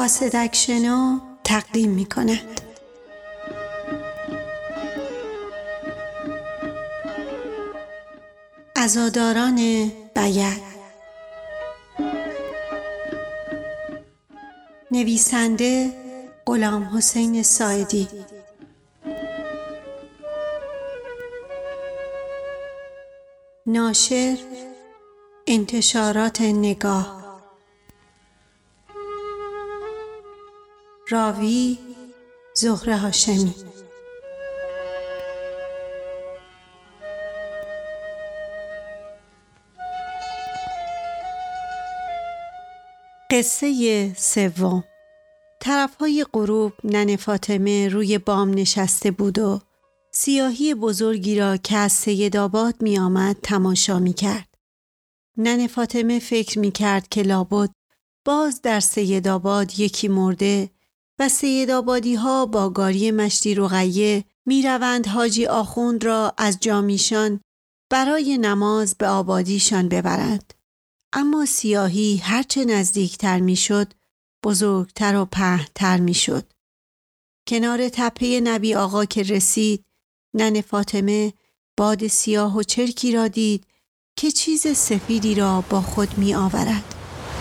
قاصدک شنو تقدیم می کند. عزاداران بیعت. نویسنده غلام حسین ساعدی. ناشر انتشارات نگاه. راوی زهره هاشمی. قصه سوم. طرفهای غروب ننه فاطمه روی بام نشسته بود و سیاهی بزرگی را که از سیدآباد می آمد تماشا می کرد. ننه فاطمه فکر می کرد که لابد باز در سیدآباد یکی مرده و سیدآبادی ها با گاری مشتی رقیه می روند حاجی آخوند را از جامیشان برای نماز به آبادیشان ببرند. اما سیاهی هرچه نزدیکتر می شد بزرگتر و پهن‌تر می شد. کنار تپه نبی آقا که رسید ننه فاطمه باد سیاه و چرکی را دید که چیز سفیدی را با خود می آورد.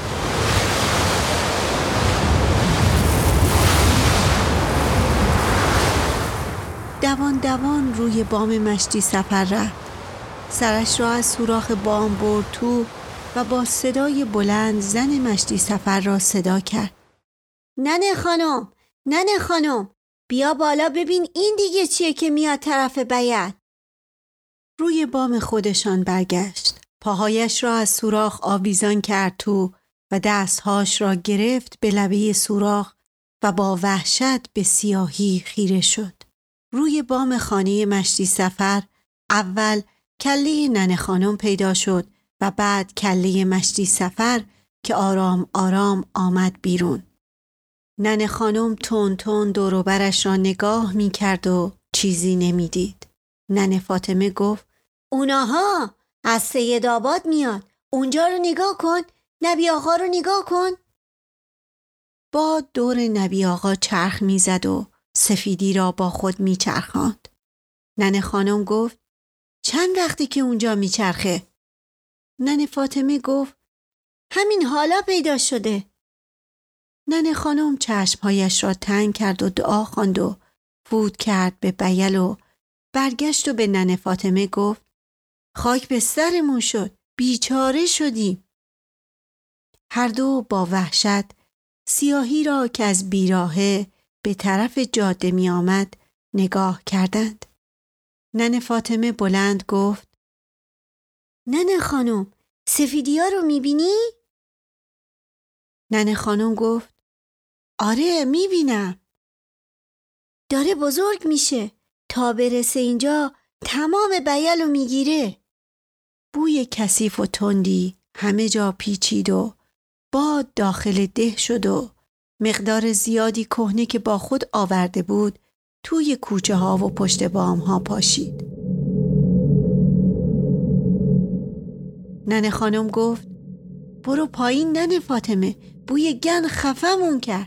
دوان دوان روی بام مشتی سفر رفت. سرش را از سوراخ بام برد تو و با صدای بلند زن مشتی سفر را صدا کرد. ننه خانم، ننه خانم، بیا بالا ببین این دیگه چیه که میاد طرف بیعت. روی بام خودشان برگشت. پاهایش را از سوراخ آویزان کرد تو و دستهاش را گرفت به لبه سوراخ و با وحشت به سیاهی خیره شد. روی بام خانه مشتی سفر اول کله ننه خانم پیدا شد و بعد کله مشتی سفر که آرام آرام آمد بیرون. ننه خانم تون تون دور و برش را نگاه می کرد و چیزی نمی دید. ننه فاطمه گفت اوناها از سیدآباد میاد، اونجا رو نگاه کن، نبی آقا رو نگاه کن. باد دور نبی آقا چرخ می زد و سفیدی را با خود می چرخاند. ننه خانم گفت چند وقتی که اونجا می چرخه؟ ننه فاطمه گفت همین حالا پیدا شده. ننه خانم چشمهایش را تنگ کرد و دعا خواند و فوت کرد به بیل و برگشت و به ننه فاطمه گفت خاک به سرمون شد، بیچاره شدیم. هر دو با وحشت سیاهی را که از بیراهه به طرف جاده می آمد نگاه کردند. ننه فاطمه بلند گفت ننه خانم، سفیدی ها رو می بینی؟ ننه خانم گفت آره می بینم. داره بزرگ میشه، تا برسه اینجا تمام بیل رو می گیره. بوی کثیف و تندی همه جا پیچید و باد داخل ده شد و مقدار زیادی کهنه که با خود آورده بود توی کوچه ها و پشت بام ها پاشید. ننه خانم گفت برو پایین ننه فاطمه، بوی گند خفمون کرد.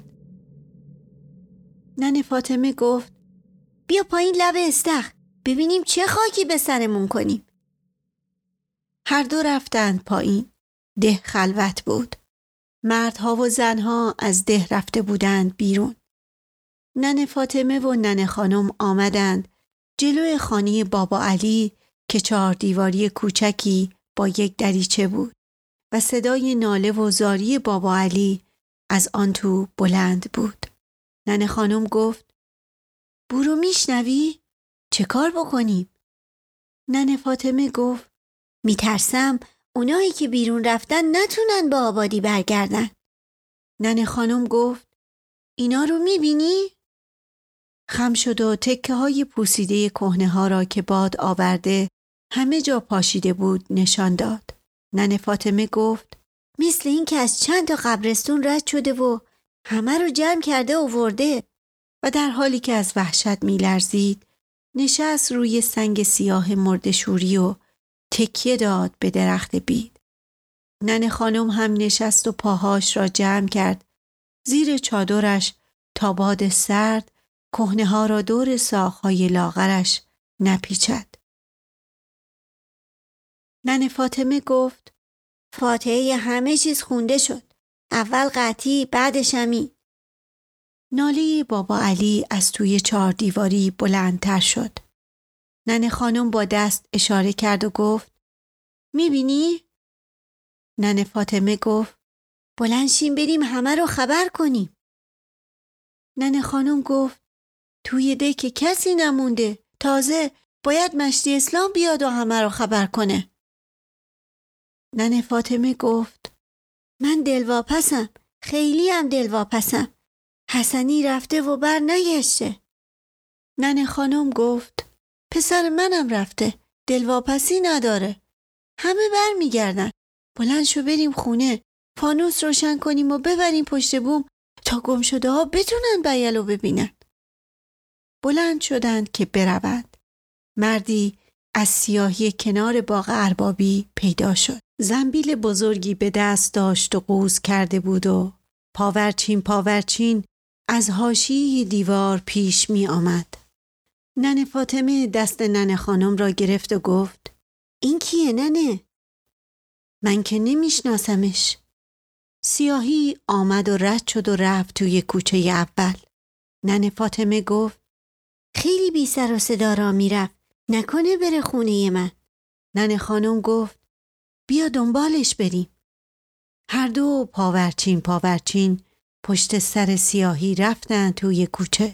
ننه فاطمه گفت بیا پایین لب استخر ببینیم چه خاکی به سرمون کنیم. هر دو رفتند پایین. ده خلوت بود. مردها و زنها از ده رفته بودند بیرون. ننه فاطمه و ننه خانم آمدند جلوی خانه بابا علی که 4 دیواری کوچکی با یک دریچه بود و صدای ناله و زاری بابا علی از آن تو بلند بود. ننه خانم گفت برو میشنوی؟ چه کار بکنیم؟ ننه فاطمه گفت میترسم اونایی که بیرون رفتن نتونن به آبادی برگردن. ننه خانم گفت اینا رو میبینی؟ خم شد و تکه های پوسیده کهنه ها را که باد آورده همه جا پاشیده بود نشان داد. ننه فاطمه گفت مثل این که از چند تا قبرستون رد شده و همه رو جمع کرده آورده. و در حالی که از وحشت میلرزید نشست روی سنگ سیاه مرده‌شوری و تکیه داد به درخت بید. ننه خانم هم نشست و پاهاش را جمع کرد زیر چادرش تا باد سرد کهنه ها را دور ساقهای لاغرش نپیچد. ننه فاطمه گفت فاتحه همه چیز خونده شد. اول قطعی بعدش همین. ناله بابا علی از توی 4 دیواری بلندتر شد. ننه خانم با دست اشاره کرد و گفت میبینی؟ ننه فاطمه گفت بلند شیم بریم همه رو خبر کنیم. ننه خانم گفت توی دک کسی نمونده. تازه باید مشتی اسلام بیاد و همه رو خبر کنه. ننه فاطمه گفت من دلواپسم. خیلی هم دلواپسم. حسنی رفته و بر نگشته. ننه خانم گفت پسر منم رفته. دلواپسی نداره. همه بر میگردن. بلند شو بریم خونه. فانوس روشن کنیم و ببریم پشت بوم تا گم شده ها بتونن بیلو ببینن. بلند شدند که بروند. مردی از سیاهی کنار باغ اربابی پیدا شد. زنبیل بزرگی به دست داشت و قوز کرده بود و پاورچین از حاشیه دیوار پیش می آمد. ننه فاطمه دست ننه خانم را گرفت و گفت این کیه ننه؟ من که نمیشناسمش. سیاهی آمد و رد شد و رفت توی کوچه اول. ننه فاطمه گفت خیلی بی سر و صدا را میرفت. نکنه بره خونه من. ننه خانم گفت بیا دنبالش بریم. هر دو پاورچین پشت سر سیاهی رفتند توی کوچه.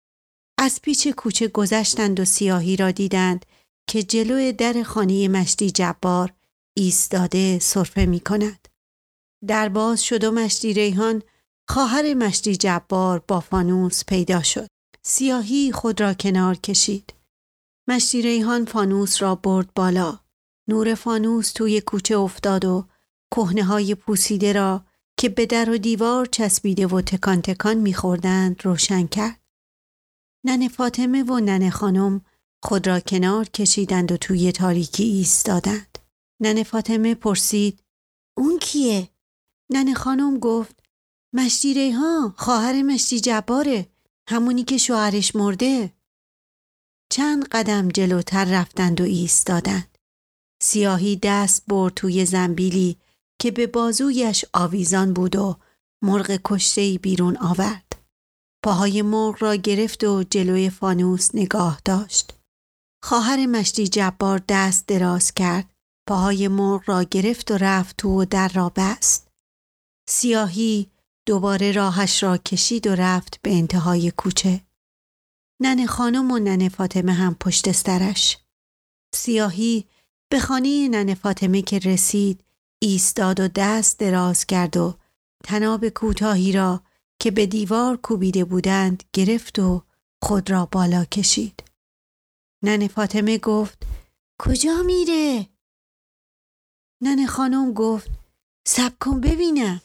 از پیچ کوچه گذشتند و سیاهی را دیدند که جلوی در خانه مشتی جبار ایستاده سرفه می کند. در باز شد و مشتی ریحان خواهر مشتی جبار با فانوس پیدا شد. سیاهی خود را کنار کشید. مشتی ریحان فانوس را برد بالا. نور فانوس توی کوچه افتاد و کهنه‌های پوسیده را که به در و دیوار چسبیده و تکان تکان می‌خوردند روشن کرد. ننه فاطمه و ننه خانم خود را کنار کشیدند و توی تاریکی ایستادند. ننه فاطمه پرسید اون کیه؟ ننه خانم گفت مشتی ریحان خواهر مشتی جباره، همونی که شوهرش مرده. چند قدم جلوتر رفتند و ایستادند. سیاهی دست برد توی زنبیلی که به بازویش آویزان بود و مرغ کشته‌ای بیرون آورد. پاهای مرغ را گرفت و جلوی فانوس نگاه داشت. خواهر مشتی جبار دست دراز کرد. پاهای مرغ را گرفت و رفت تو و در را بست. سیاهی دوباره راهش را کشید و رفت به انتهای کوچه. ننه خانم و ننه فاطمه هم پشت سرش. سیاهی به خانه ننه فاطمه که رسید ایستاد و دست دراز کرد و طناب کوتاهی را که به دیوار کوبیده بودند گرفت و خود را بالا کشید. ننه فاطمه گفت کجا میره؟ ننه خانم گفت صبر کن ببینم.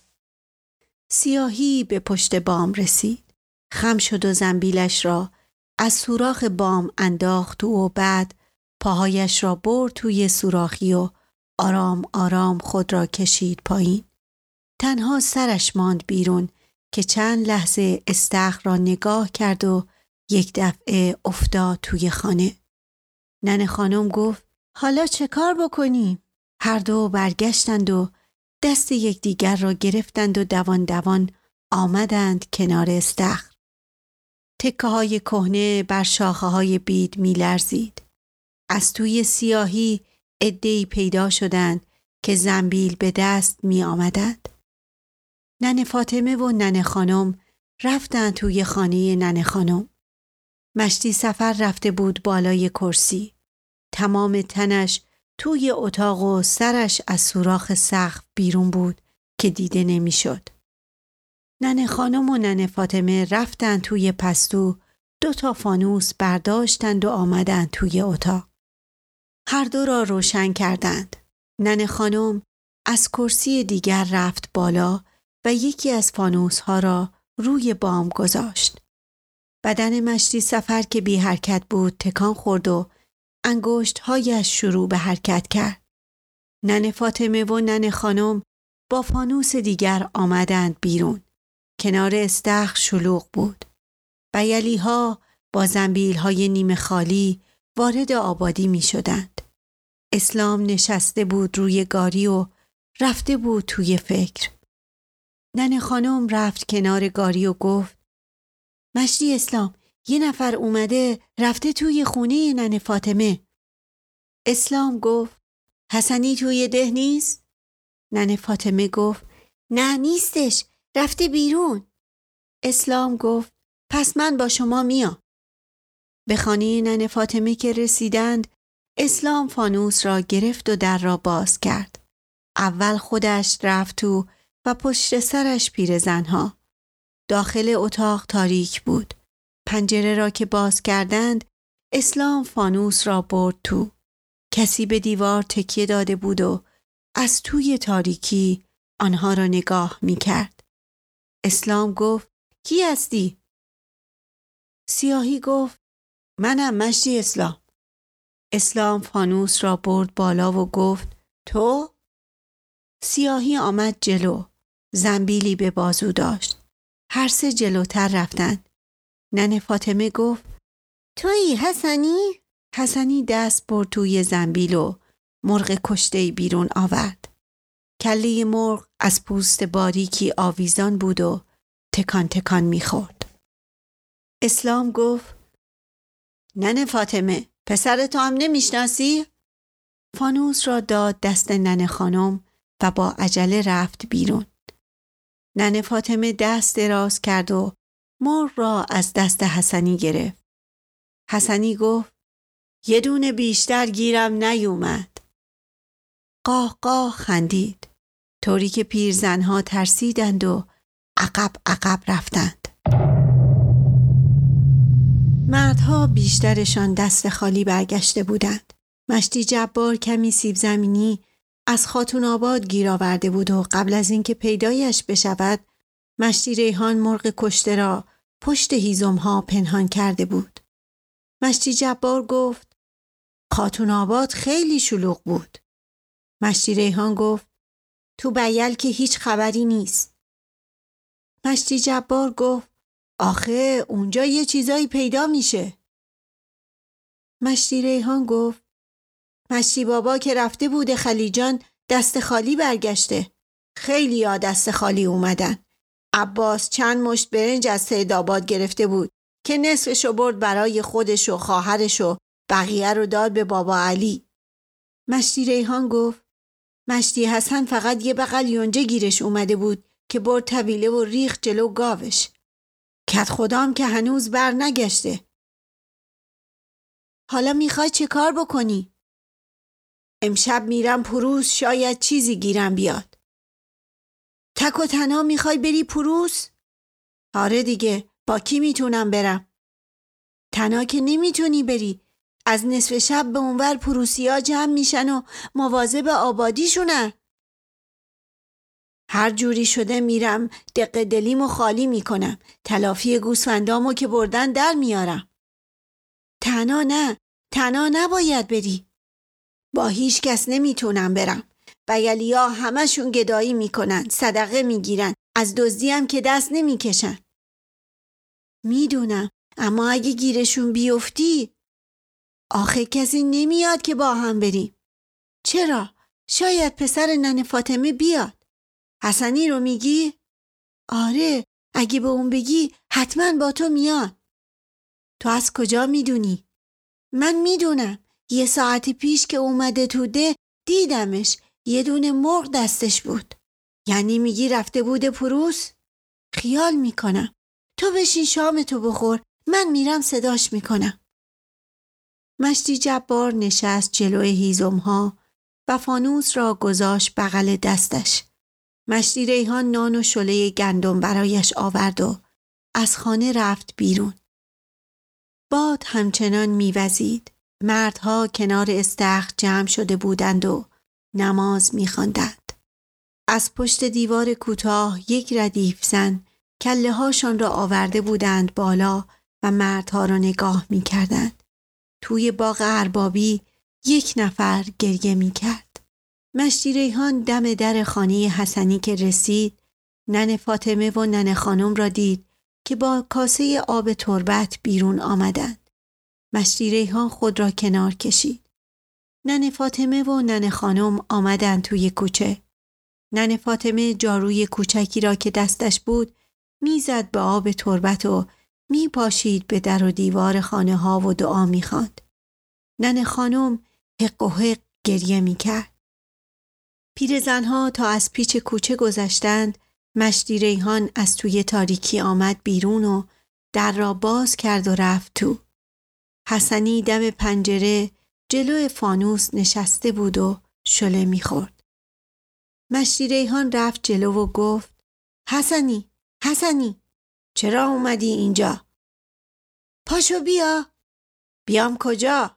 سیاهی به پشت بام رسید. خم شد و زنبیلش را از سوراخ بام انداخت و بعد پاهایش را برد توی سوراخی و آرام آرام خود را کشید پایین. تنها سرش ماند بیرون که چند لحظه استخر را نگاه کرد و یک دفعه افتاد توی خانه. ننه خانم گفت حالا چه کار بکنیم؟ هر دو برگشتند و دست یکدیگر را گرفتند و دوان دوان آمدند کنار استخر. تکه های کهنه بر شاخه های بید می لرزید. از توی سیاهی عده‌ای پیدا شدند که زنبیل به دست می آمدند. ننه فاطمه و ننه خانم رفتند توی خانه ننه خانم. مشتی سفر رفته بود بالای کرسی. تمام تنش توی اتاق و سرش از سوراخ سقف بیرون بود که دیده نمی شد. ننه خانم و ننه فاطمه رفتند توی پستو 2 فانوس برداشتند و آمدند توی اتاق. هر دو را روشن کردند. ننه خانم از کرسی دیگر رفت بالا و یکی از فانوس ها را روی بام گذاشت. بدن مشتی سفر که بی حرکت بود تکان خورد و انگشت هایش شروع به حرکت کرد. ننه فاطمه و ننه خانم با فانوس دیگر آمدند بیرون کنار استخر شلوغ بود. بیلی‌ها با زنبیل‌های نیمه خالی وارد آبادی می شدند. اسلام نشسته بود روی گاری و رفته بود توی فکر. ننه خانم رفت کنار گاری و گفت مشتی اسلام، یه نفر اومده رفته توی خونه ننه فاطمه. اسلام گفت حسنی توی ده نیست؟ ننه فاطمه گفت نه نیستش، رفته بیرون. اسلام گفت پس من با شما میام. به خانه ننه فاطمه که رسیدند، اسلام فانوس را گرفت و در را باز کرد. اول خودش رفت تو و پشت سرش پیرزنها. داخل اتاق تاریک بود. پنجره را که باز کردند، اسلام فانوس را برد تو. کسی به دیوار تکیه داده بود و از توی تاریکی آنها را نگاه می کرد. اسلام گفت کی هستی؟ سیاهی گفت منم مشتی اسلام. اسلام فانوس را برد بالا و گفت تو؟ سیاهی آمد جلو. زنبیلی به بازو داشت. هر سه جلوتر رفتند. ننه فاطمه گفت تویی حسنی؟ حسنی دست برد توی زنبیل و مرغ کشته‌ای بیرون آورد. کله مرغ از پوست باریکی آویزان بود و تکان تکان می‌خورد. اسلام گفت ننه فاطمه، پسر تو هم نمیشناسی؟ فانوس را داد دست ننه خانم و با عجله رفت بیرون. ننه فاطمه دست دراز کرد و مرغ را از دست حسنی گرفت. حسنی گفت یه دونه بیشتر گیرم نیومد. قاه قاه خندید، طوری که پیرزنها ترسیدند و عقب رفتند. مردها بیشترشان دست خالی برگشته بودند. مشتی جبار کمی سیب زمینی از خاتون آباد گیر آورده بود و قبل از اینکه پیدایش بشود، مشتی ریحان مرغ کشته را پشت هیزم‌ها پنهان کرده بود. مشتی جبار گفت خاتون آباد خیلی شلوغ بود. مشتی ریحان گفت تو بیل که هیچ خبری نیست. مشتی جبار گفت آخه اونجا یه چیزایی پیدا میشه. مشتی ریحان گفت مشتی بابا که رفته بوده خلیجان دست خالی برگشته. خیلی ها دست خالی اومدن. عباس چند مشت برنج از سیدآباد گرفته بود که نصفشو برد برای خودش و خواهرش و بقیه رو داد به بابا علی. مشتی ریحان گفت مشتی حسن فقط یه بغل یونجه گیرش اومده بود که برد طویله و ریخ جلو گاوش. کت خدام که هنوز بر نگشته. حالا میخوای چه کار بکنی؟ امشب میرم پروس، شاید چیزی گیرم بیاد. تک و تنها میخوای بری پروس؟ آره دیگه، با کی میتونم برم؟ تنها که نمیتونی بری. از نصف شب به اونور پروسیا جمع میشن و مواظب آبادیشونن. هر جوری شده میرم دق دلیمو خالی میکنم. تلافی گوسفندامو که بردن در میارم. تنها نباید بری. با هیچ کس نمیتونم برم. بیلیا همشون گدایی میکنن، صدقه میگیرن، از دزدی هم که دست نمیکشن. میدونم، اما اگه گیرشون بیفتی، آخه کسی نمیاد که با هم بریم. چرا؟ شاید پسر ننه فاطمه بیاد. حسنی رو میگی؟ آره، اگه به اون بگی حتما با تو میاد. تو از کجا میدونی؟ من میدونم. یه ساعت پیش که اومده تو ده دیدمش. یه دونه مرغ دستش بود. یعنی میگی رفته بوده پروس؟ خیال میکنم. تو بشین شامتو بخور، من میرم صداش میکنم. مشتی جبار نشست جلوی هیزم‌ها و فانوس را گذاشت بغل دستش. مشتی ریحان نان و شله گندم برایش آورد و از خانه رفت بیرون. باد همچنان میوزید. مردها کنار استخر جمع شده بودند و نماز می‌خواندند. از پشت دیوار کوتاه یک ردیف زن کله هاشان را آورده بودند بالا و مردها را نگاه می‌کردند. توی باغ اربابی یک نفر گریه می‌کرد. مشتی ریحان دم در خانه حسنی که رسید ننه فاطمه و ننه خانم را دید که با کاسه آب تربت بیرون آمدند. مشتی ریحان خود را کنار کشید. ننه فاطمه و ننه خانم آمدند توی کوچه. ننه فاطمه جاروی کوچکی را که دستش بود میزد به آب تربت و میپاشید به در و دیوار خانه ها و دعا میخواند. ننه خانم حق و حق گریه میکرد. پیرزنها تا از پیچ کوچه گذشتند، مشتی ریحان از توی تاریکی آمد بیرون و در را باز کرد و رفت تو. حسنی دم پنجره جلو فانوس نشسته بود و شله میخورد. مشتی ریحان رفت جلو و گفت حسنی چرا اومدی اینجا؟ پاشو بیا. بیام کجا؟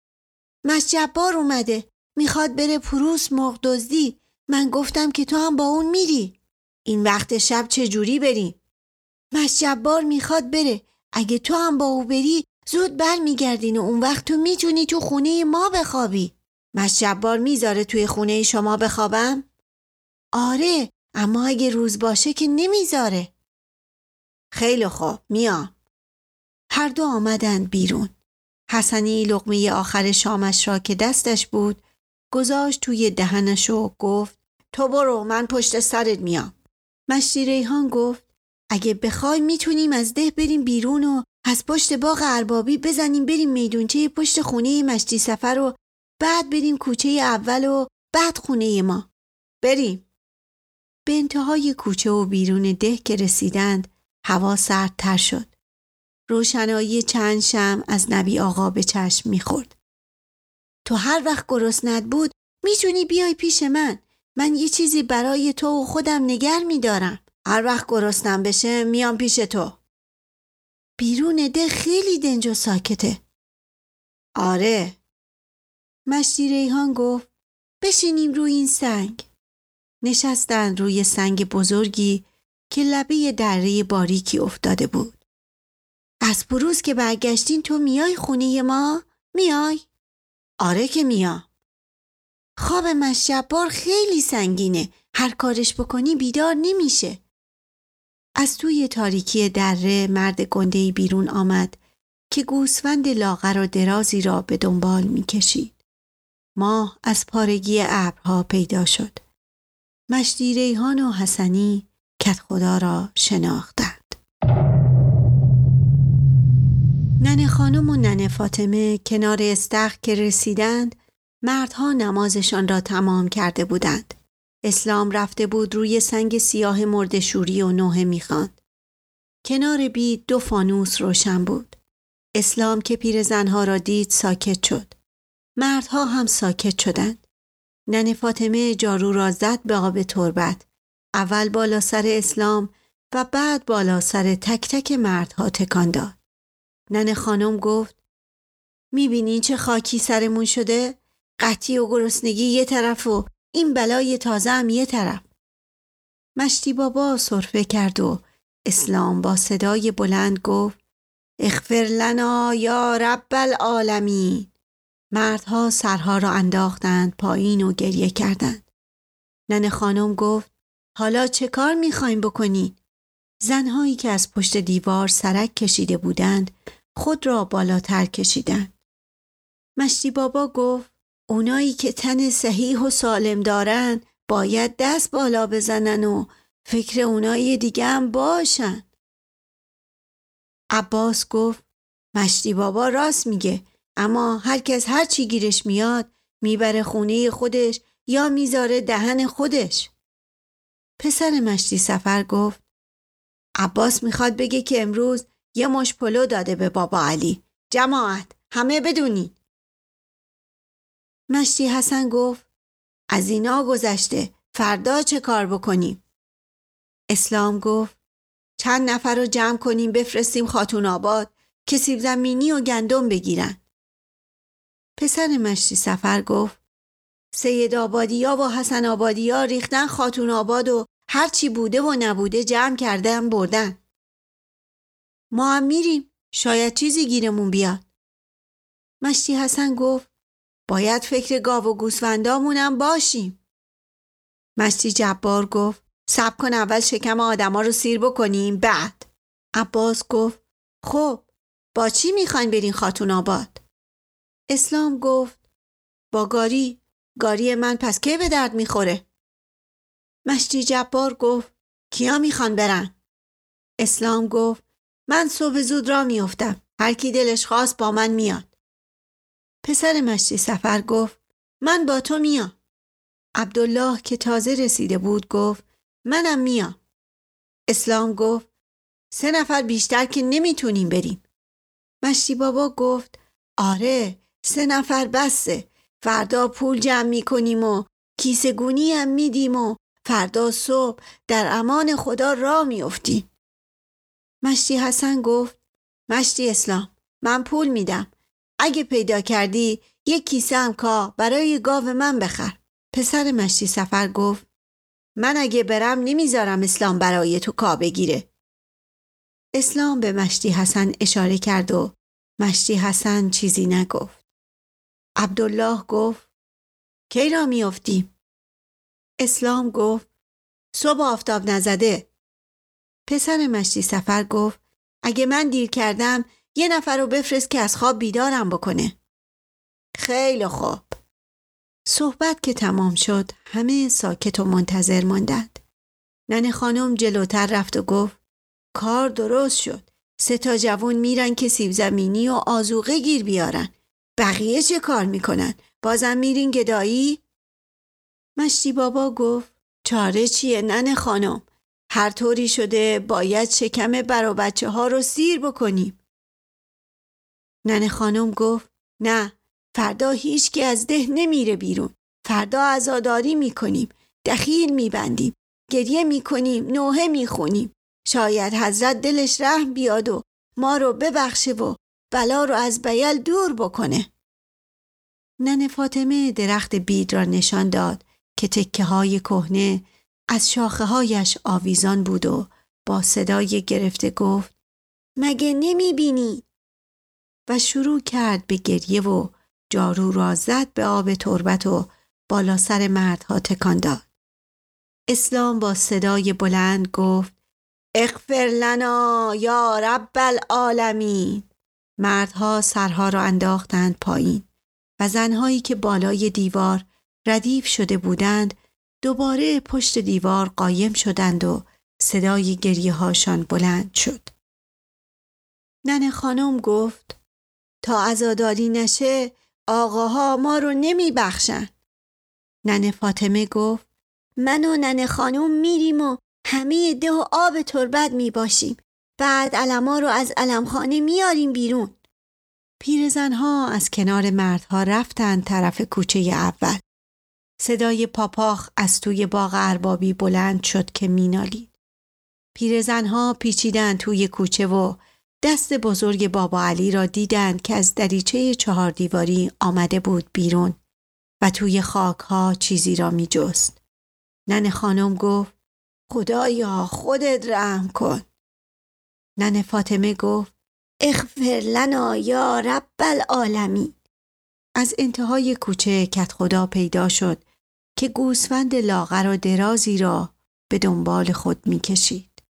جبار اومده، میخواد بره پروس مرغ دزدی. من گفتم که تو هم با اون میری. این وقت شب چجوری بریم؟ جبار میخواد بره. اگه تو هم با او بری زود بر میگردین و اون وقت تو میتونی تو خونه ما بخوابی. جبار میذاره توی خونه شما بخوابم؟ آره، اما اگه روز باشه که نمیذاره. خیلی خوب، میام. هر دو آمدند بیرون. حسنی لقمه آخر شامش را که دستش بود گذاشت توی دهنش و گفت تو برو، من پشت سرت میام. مشتی ریحان گفت اگه بخوای میتونیم از ده بریم بیرون و از پشت باغ اربابی بزنیم بریم میدونچه پشت خونه مشتی سفر و بعد بریم کوچه اول و بعد خونه ما. بریم. به انتهای کوچه و بیرون ده که رسیدند هوا سردتر شد. روشنایی چند شمع از نبی آقا به چشم میخورد. تو هر وقت گرسنت بود میتونی بیای پیش من. من یه چیزی برای تو و خودم نگر میدارم. هر وقت گرسنم بشه میام پیش تو. بیرون ده خیلی دنج و ساکته. آره. مشتی ریحان گفت بشینیم روی این سنگ. نشستند روی سنگ بزرگی که لبه دره باریکی افتاده بود. از پروز که برگشتین تو میای خونه ما؟ میای؟ آره که میام. خواب جبار خیلی سنگینه. هر کارش بکنی بیدار نمیشه. از توی تاریکی دره مرد گنده‌ای بیرون آمد که گوسفند لاغر و درازی را به دنبال میکشید. ماه از پارگی ابرها پیدا شد. مشتی ریحان و حسنی کدخدا را شناختند. ننه خانم و ننه فاطمه کنار استخر که رسیدند مردها نمازشان را تمام کرده بودند. اسلام رفته بود روی سنگ سیاه مرده‌شوری و نوحه می‌خواند. کنار بید 2 فانوس روشن بود. اسلام که پیرزنها را دید ساکت شد. مردها هم ساکت شدند. ننه فاطمه جارو را زد به آب تربت. اول بالا سر اسلام و بعد بالا سر تک تک مردها تکان داد. ننه خانم گفت میبینین چه خاکی سرمون شده؟ قحطی و گرسنگی یه طرف و این بلای تازه هم یه طرف. مشتی بابا سرفه کرد و اسلام با صدای بلند گفت اغفر لنا یا رب العالمین. مردها سرها را انداختند پایین و گریه کردند. ننه خانم گفت حالا چه کار میخوایم بکنین؟ زنهایی که از پشت دیوار سرک کشیده بودند خود را بالاتر کشیدند. مشتی بابا گفت اونایی که تن صحیح و سالم دارن باید دست بالا بزنن و فکر اونای دیگه هم باشن. عباس گفت مشتی بابا راست میگه، اما هر کس هر چی گیرش میاد میبره خونه خودش یا میذاره دهن خودش. پسر مشتی سفر گفت عباس میخواد بگه که امروز یه مش پلو داده به بابا علی. جماعت همه بدونین. مشتی حسن گفت از اینا گذشته، فردا چه کار بکنیم؟ اسلام گفت چند نفر رو جمع کنیم بفرستیم خاتون آباد که سیب زمینی و گندم بگیرن. پسر مشتی سفر گفت سید آبادیا و حسن آبادیا ریختن خاتون آباد و هر چی بوده و نبوده جمع کردن بردن. ما هم میریم، شاید چیزی گیرمون بیاد. مشتی حسن گفت باید فکر گاو و گوسفندامونم باشیم. مشتی جبار گفت صبر کن اول شکم آدما رو سیر بکنیم بعد. عباس گفت خب با چی میخواین برین خاتون آباد؟ اسلام گفت با گاری من پس کی به درد میخوره؟ مشتی جبار گفت کیا میخوان برن؟ اسلام گفت من صبح زود را میافتم، هر کی دلش خواست با من میاد. پسر مشتی سفر گفت من با تو میام. عبدالله که تازه رسیده بود گفت منم میام. اسلام گفت 3 نفر بیشتر که نمیتونیم بریم. مشتی بابا گفت آره 3 نفر بسه، فردا پول جمع میکنیم و کیسه گونی هم میدیم و فردا صبح در امان خدا راه میافتیم. مشتی حسن گفت مشتی اسلام من پول میدم، اگه پیدا کردی 1 کیسه هم کا برای گاو من بخر. پسر مشتی سفر گفت من اگه برم نمیذارم اسلام برای تو کا بگیره. اسلام به مشتی حسن اشاره کرد و مشتی حسن چیزی نگفت. عبدالله گفت کی را میافتیم؟ اسلام گفت صبح آفتاب نزده. پسر مشتی سفر گفت اگه من دیر کردم 1 نفر رو بفرست که از خواب بیدارم بکنه. خیلی خوب. صحبت که تمام شد همه ساکت و منتظر ماندند. ننه خانم جلوتر رفت و گفت کار درست شد. 3 تا جوان میرن که سیب زمینی و آذوقه گیر بیارن. بقیه چه کار میکنن؟ بازم میرین گدایی؟ مشتی بابا گفت چاره چیه ننه خانم؟ هر طوری شده باید شکم برا بچه ها رو سیر بکنیم. ننه خانم گفت نه، فردا هیچ کی از ده نمیره بیرون. فردا عزاداری میکنیم، دخیل میبندیم، گریه میکنیم، نوحه میخونیم. شاید حضرت دلش رحم بیاد و ما رو ببخشه و بلا رو از بیل دور بکنه. ننه فاطمه درخت بید را نشان داد که تکه های کهنه از شاخه هایش آویزان بود و با صدای گرفته گفت مگه نمی بینی؟ و شروع کرد به گریه و جارو را زد به آب تربت و بالا سر مردها تکان داد. اسلام با صدای بلند گفت اغفر لنا یا رب العالمین. مردها سرها را انداختند پایین و زنهایی که بالای دیوار ردیف شده بودند دوباره پشت دیوار قایم شدند و صدای گریه هاشان بلند شد. ننه خانم گفت تا عزاداری نشه آقاها ما رو نمی بخشن. ننه فاطمه گفت من و ننه خانم میریم و همه ده و آب تربت می باشیم. بعد علما رو از علمخانه میاریم بیرون. پیرزنها از کنار مردها رفتند طرف کوچه اول. صدای پاپاخ از توی باغ اربابی بلند شد که مینالید. پیرزنها پیچیدند توی کوچه و دست بزرگ بابا علی را دیدند که از دریچه 4 دیواری آمده بود بیرون و توی خاکها چیزی را می جست. ننه خانم گفت خدایا خودت رحم کن. ننه فاطمه گفت اغفر لنا یا رب العالمین. از انتهای کوچه کت خدا پیدا شد که گوسفند لاغر و درازی را به دنبال خود می کشید.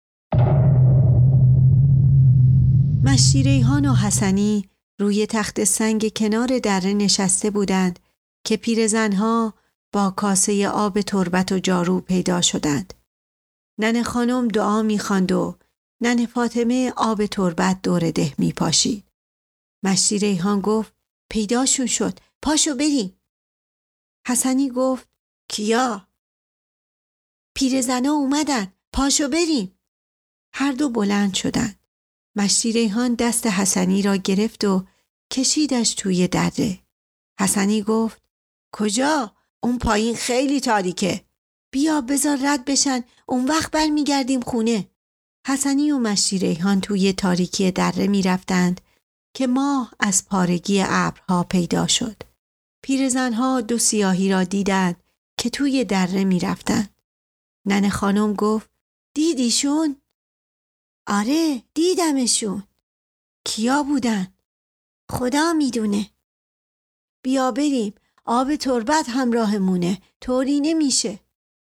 مشتی ریحان و حسنی روی تخت سنگ کنار دره نشسته بودند که پیرزنها با کاسه آب تربت و جارو پیدا شدند. ننه خانم دعا می خواند و ننه فاطمه آب تربت دور ده می پاشید. مشتی ریحان گفت پیداشون شد، پاشو بریم. حسنی گفت کیا؟ پیرزنا اومدن، پاشو بریم. هر دو بلند شدند. مشتی ریحان دست حسنی را گرفت و کشیدش توی دره. حسنی گفت کجا؟ اون پایین خیلی تاریکه. بیا بذار رد بشن، اون وقت برمیگردیم خونه. حسنی و مشتی ریحان توی تاریکی دره می رفتند که ماه از پارگی ابرها پیدا شد. پیرزنها 2 سیاهی را دیدند که توی دره می رفتند. ننه خانم گفت دیدیشون؟ آره دیدمشون. کیا بودن؟ خدا میدونه. بیا بریم، آب تربت همراهمونه، طوری نمیشه.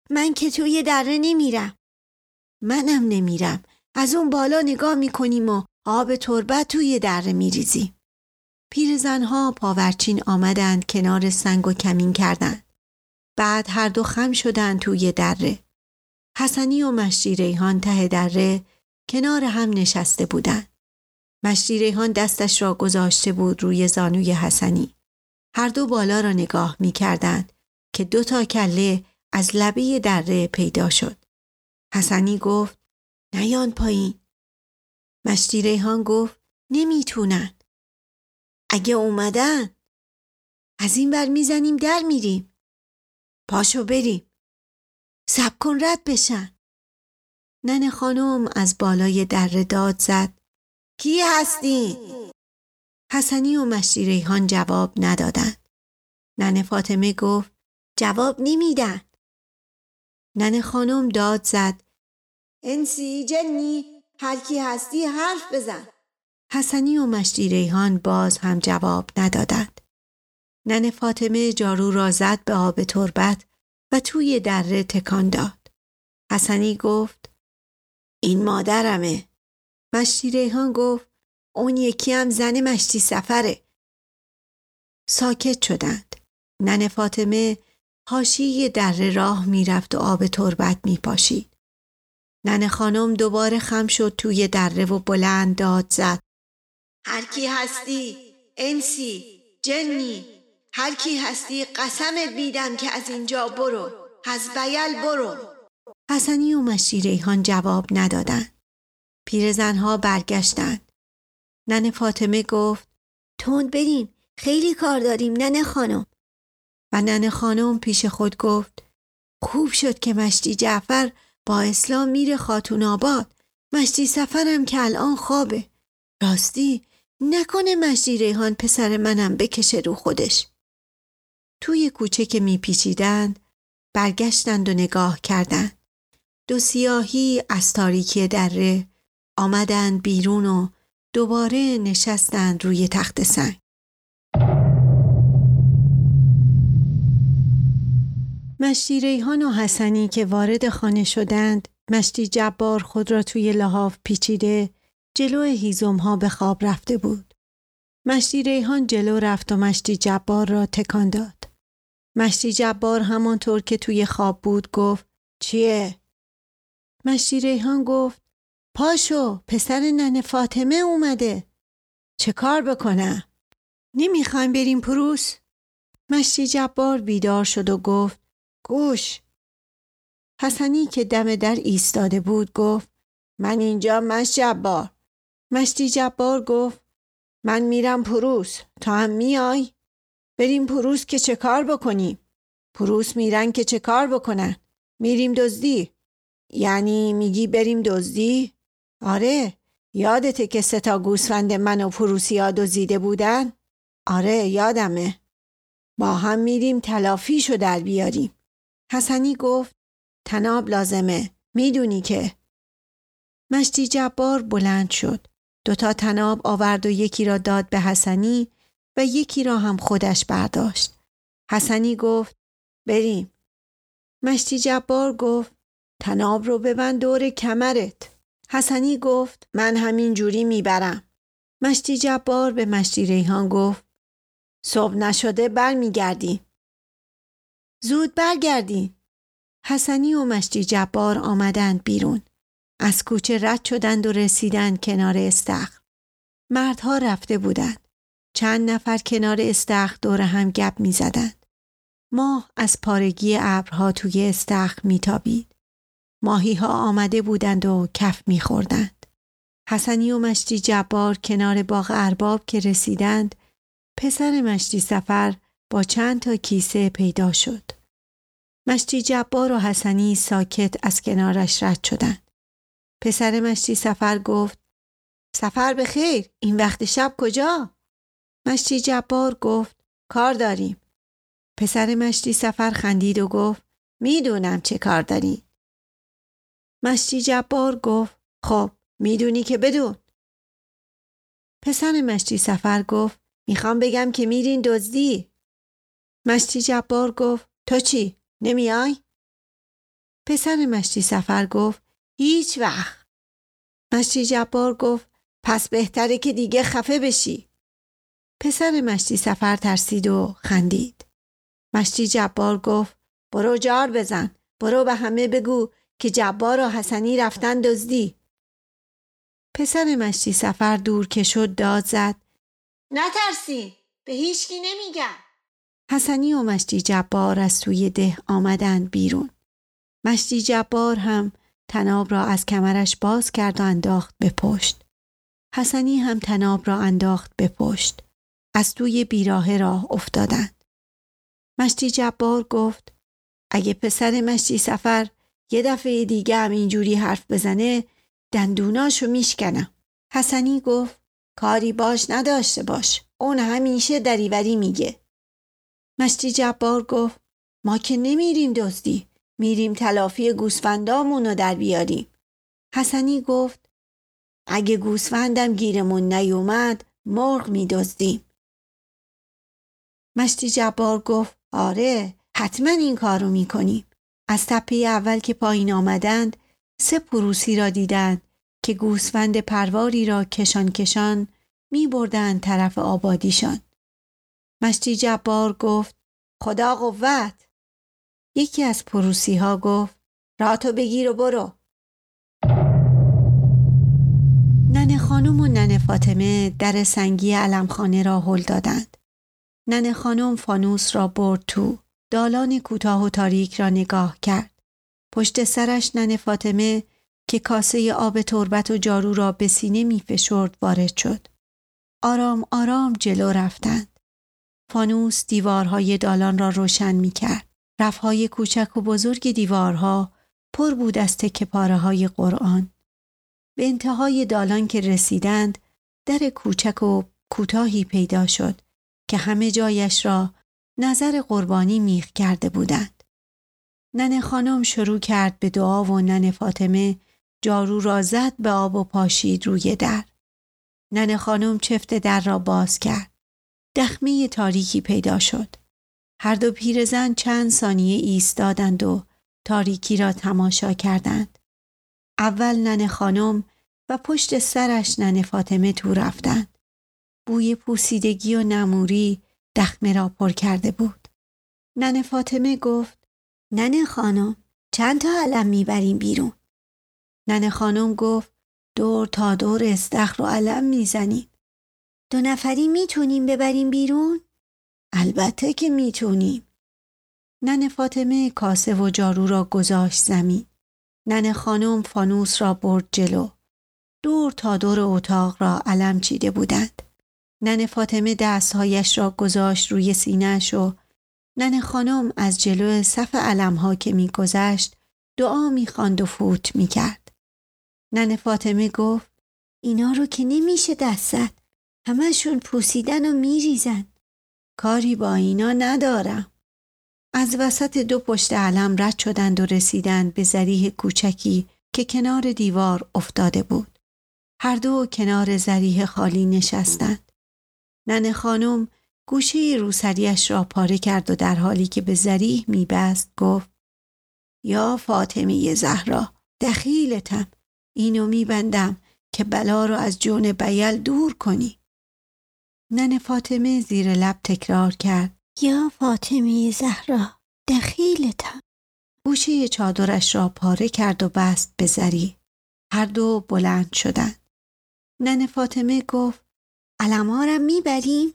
من که توی دره نمیرم. منم نمیرم. از اون بالا نگاه میکنیم و آب تربت توی دره میریزیم. پیرزنها پاورچین آمدند کنار سنگ و کمین کردند. بعد هر دو خم شدند توی دره. حسنی و مشتی ریحان ته دره کنار هم نشسته بودند. مشتی ریحان دستش را گذاشته بود روی زانوی حسنی. هر دو بالا را نگاه می کردند که 2 تا کله از لبه دره پیدا شد. حسنی گفت نیان پایین. مشتی ریحان گفت نمیتونن. اگه اومدن از این بر میزنیم در میریم. پاشو بریم. صبر کن رد بشن. ننه خانم از بالای دره داد زد کی هستین؟ حسنی و مشتی ریحان جواب ندادند. ننه فاطمه گفت جواب نمیدن. ننه خانم داد زد انسی جنی هر کی هستی حرف بزن. حسنی و مشتی ریحان باز هم جواب ندادند. ننه فاطمه جارو را زد به آب تربت و توی دره تکان داد. حسنی گفت این مادرمه. مشتی ریحان گفت اون یکی هم زن مشتی سفره. ساکت شدند. ننه فاطمه حاشیه دره راه میرفت و آب تربت میپاشید. ننه خانم دوباره خم شد توی دره و بلند داد زد هر کی هستی انسی جنی هر کی هستی قسمت میدم که از اینجا برو. از بیل برو. حسنی و مشتی ریحان جواب ندادند. پیرزنها برگشتند. ننه فاطمه گفت تند بریم خیلی کار داریم ننه خانم. و ننه خانم پیش خود گفت خوب شد که مشتی جعفر با اسلام میره خاتون آباد. مشتی سفرم که الان خوابه. راستی نکنه مشتی ریحان پسر منم بکشه رو خودش. توی کوچه که میپیچیدند برگشتند و نگاه کردند. 2 سیاهی از تاریکی دره آمدند بیرون و دوباره نشستند روی تخت سنگ. مشتی ریحان و حسنی که وارد خانه شدند، مشتی جبار خود را توی لحاف پیچیده جلو هیزم‌ها به خواب رفته بود. مشتی ریحان جلو رفت و مشتی جبار را تکان داد. مشتی جبار همانطور که توی خواب بود گفت چیه؟ مشتی ریحان گفت پاشو پسر ننه فاطمه اومده. چه کار بکنم؟ نمیخوایم بریم پروس؟ مشتی جبار بیدار شد و گفت گوش. حسنی که دم در ایستاده بود گفت من اینجا مشتی جبار. مشتی جبار گفت من میرم پروس. تا هم میای؟ بریم پروس که چه کار بکنیم؟ پروس میرن که چه کار بکنن؟ میریم دزدی. یعنی میگی بریم دزدی؟ آره. یادته که 3 تا گوسفند من و پروسیا دزدیده بودن؟ آره یادمه. با هم میریم تلافیشو در بیاریم. حسنی گفت طناب لازمه. میدونی که. مشتی جبار بلند شد. 2 تا طناب آورد و یکی را داد به حسنی و یکی را هم خودش برداشت. حسنی گفت بریم. مشتی جبار گفت طناب رو ببند دور کمرت. حسنی گفت من همین جوری میبرم. مشتی جبار به مشتی ریحان گفت صبح نشده برمیگردیم. زود برگردین. حسنی و مشتی جبار آمدند بیرون. از کوچه رد شدند و رسیدند کنار استخر. مردها رفته بودند. چند نفر کنار استخر دور هم گپ می زدند. ماه از پارگی ابرها توی استخر می تابید. ماهی ها آمده بودند و کف می خوردند. حسنی و مشتی جبار کنار باغ ارباب که رسیدند، پسر مشتی سفر با چند تا کیسه پیدا شد. مشتی جبار و حسنی ساکت از کنارش رد شدند. پسر مشتی سفر گفت سفر بخیر، این وقت شب کجا؟ مشتی جبار گفت کار داریم. پسر مشتی سفر خندید و گفت میدونم چه کار داری. مشتی جبار گفت خب میدونی که بدون. پسر مشتی سفر گفت میخوام بگم که میرین دزدی. مشتی جبار گفت تو چی؟ نمیای؟ پسر مشتی سفر گفت هیچ وقت. مشتی جبار گفت پس بهتره که دیگه خفه بشی. پسر مشتی سفر ترسید و خندید. مشتی جبار گفت برو جار بزن، برو به همه بگو که جبار و حسنی رفتن دزدی. پسر مشتی سفر دور که شد داد زد نترسین، به هیچکی نمیگم. حسنی و مشتی جبار از توی ده آمدند بیرون. مشتی جبار هم طناب را از کمرش باز کرد و انداخت به پشت. حسنی هم طناب را انداخت به پشت. از توی بیراه راه افتادند. مشتی جبار گفت اگه پسر مشتی سفر یه دفعه دیگه هم اینجوری حرف بزنه دندوناشو میشکنم. حسنی گفت کاری باش نداشته باش، اون همیشه دریوری میگه. مشتی جبار گفت ما که نمیریم دزدی، میریم تلافی گوسفندامونو در بیاریم. حسنی گفت اگه گوسفندم گیرمون نیومد مرغ میدزدیم. مشتی جبار گفت آره حتما این کارو میکنیم. از تپه اول که پایین آمدند 3 پروسی را دیدند که گوسفند پرواری را کشان کشان می بردند طرف آبادیشان. مشتی جبار گفت خدا قوت. یکی از پروسی ها گفت راتو بگیر و برو. ننه خانم و ننه فاطمه در سنگی علمخانه را هل دادند. ننه خانم فانوس را برد تو. دالان کوتاه و تاریک را نگاه کرد. پشت سرش ننه فاطمه که کاسه آب تربت و جارو را به سینه می فشرد وارد شد. آرام آرام جلو رفتند. فانوس دیوارهای دالان را روشن می کرد. رفهای کوچک و بزرگ دیوارها پر بود از تکه پاره های قرآن. به انتهای دالان که رسیدند در کوچک و کوتاهی پیدا شد که همه جایش را نظر قربانی میخ کرده بودند. ننه خانم شروع کرد به دعا و ننه فاطمه جارو را زد به آب و پاشید روی در. ننه خانم چفت در را باز کرد. دخمه تاریکی پیدا شد. هر دو پیرزن چند ثانیه ایستادند و تاریکی را تماشا کردند. اول ننه خانم و پشت سرش ننه فاطمه تو رفتند. بوی پوسیدگی و نموری دخمه را پر کرده بود. ننه فاطمه گفت ننه خانم چند تا علم میبریم بیرون؟ ننه خانم گفت دور تا دور استخر و علم میزنیم. 2 نفری میتونیم ببریم بیرون؟ البته که میتونیم. ننه فاطمه کاسه و جارو را گذاشت زمین. ننه خانم فانوس را برد جلو. دور تا دور اتاق را علم چیده بودند. ننه فاطمه دستهایش را گذاشت روی سینه‌اش و ننه خانم از جلو صف علم‌ها که می‌گذشت دعا می‌خواند و فوت می‌کرد. ننه فاطمه گفت اینا رو که نمیشه دست زد. همشون پوسیدن و میریزن. کاری با اینا ندارم. از وسط 2 پشت علم رد شدند و رسیدند به ذریح کوچکی که کنار دیوار افتاده بود. هر دو کنار ذریح خالی نشستند. ننه خانم گوشه روسریش را پاره کرد و در حالی که به ذریح میبست گفت یا فاطمه زهرا دخیلتم، اینو میبندم که بلا رو از جون بیل دور کنی. ننه فاطمه زیر لب تکرار کرد یا فاطمه زهرا دخیلتم. گوشه چادرش را پاره کرد و بست به ذریح. هر دو بلند شدند. ننه فاطمه گفت علم‌ها را میبریم؟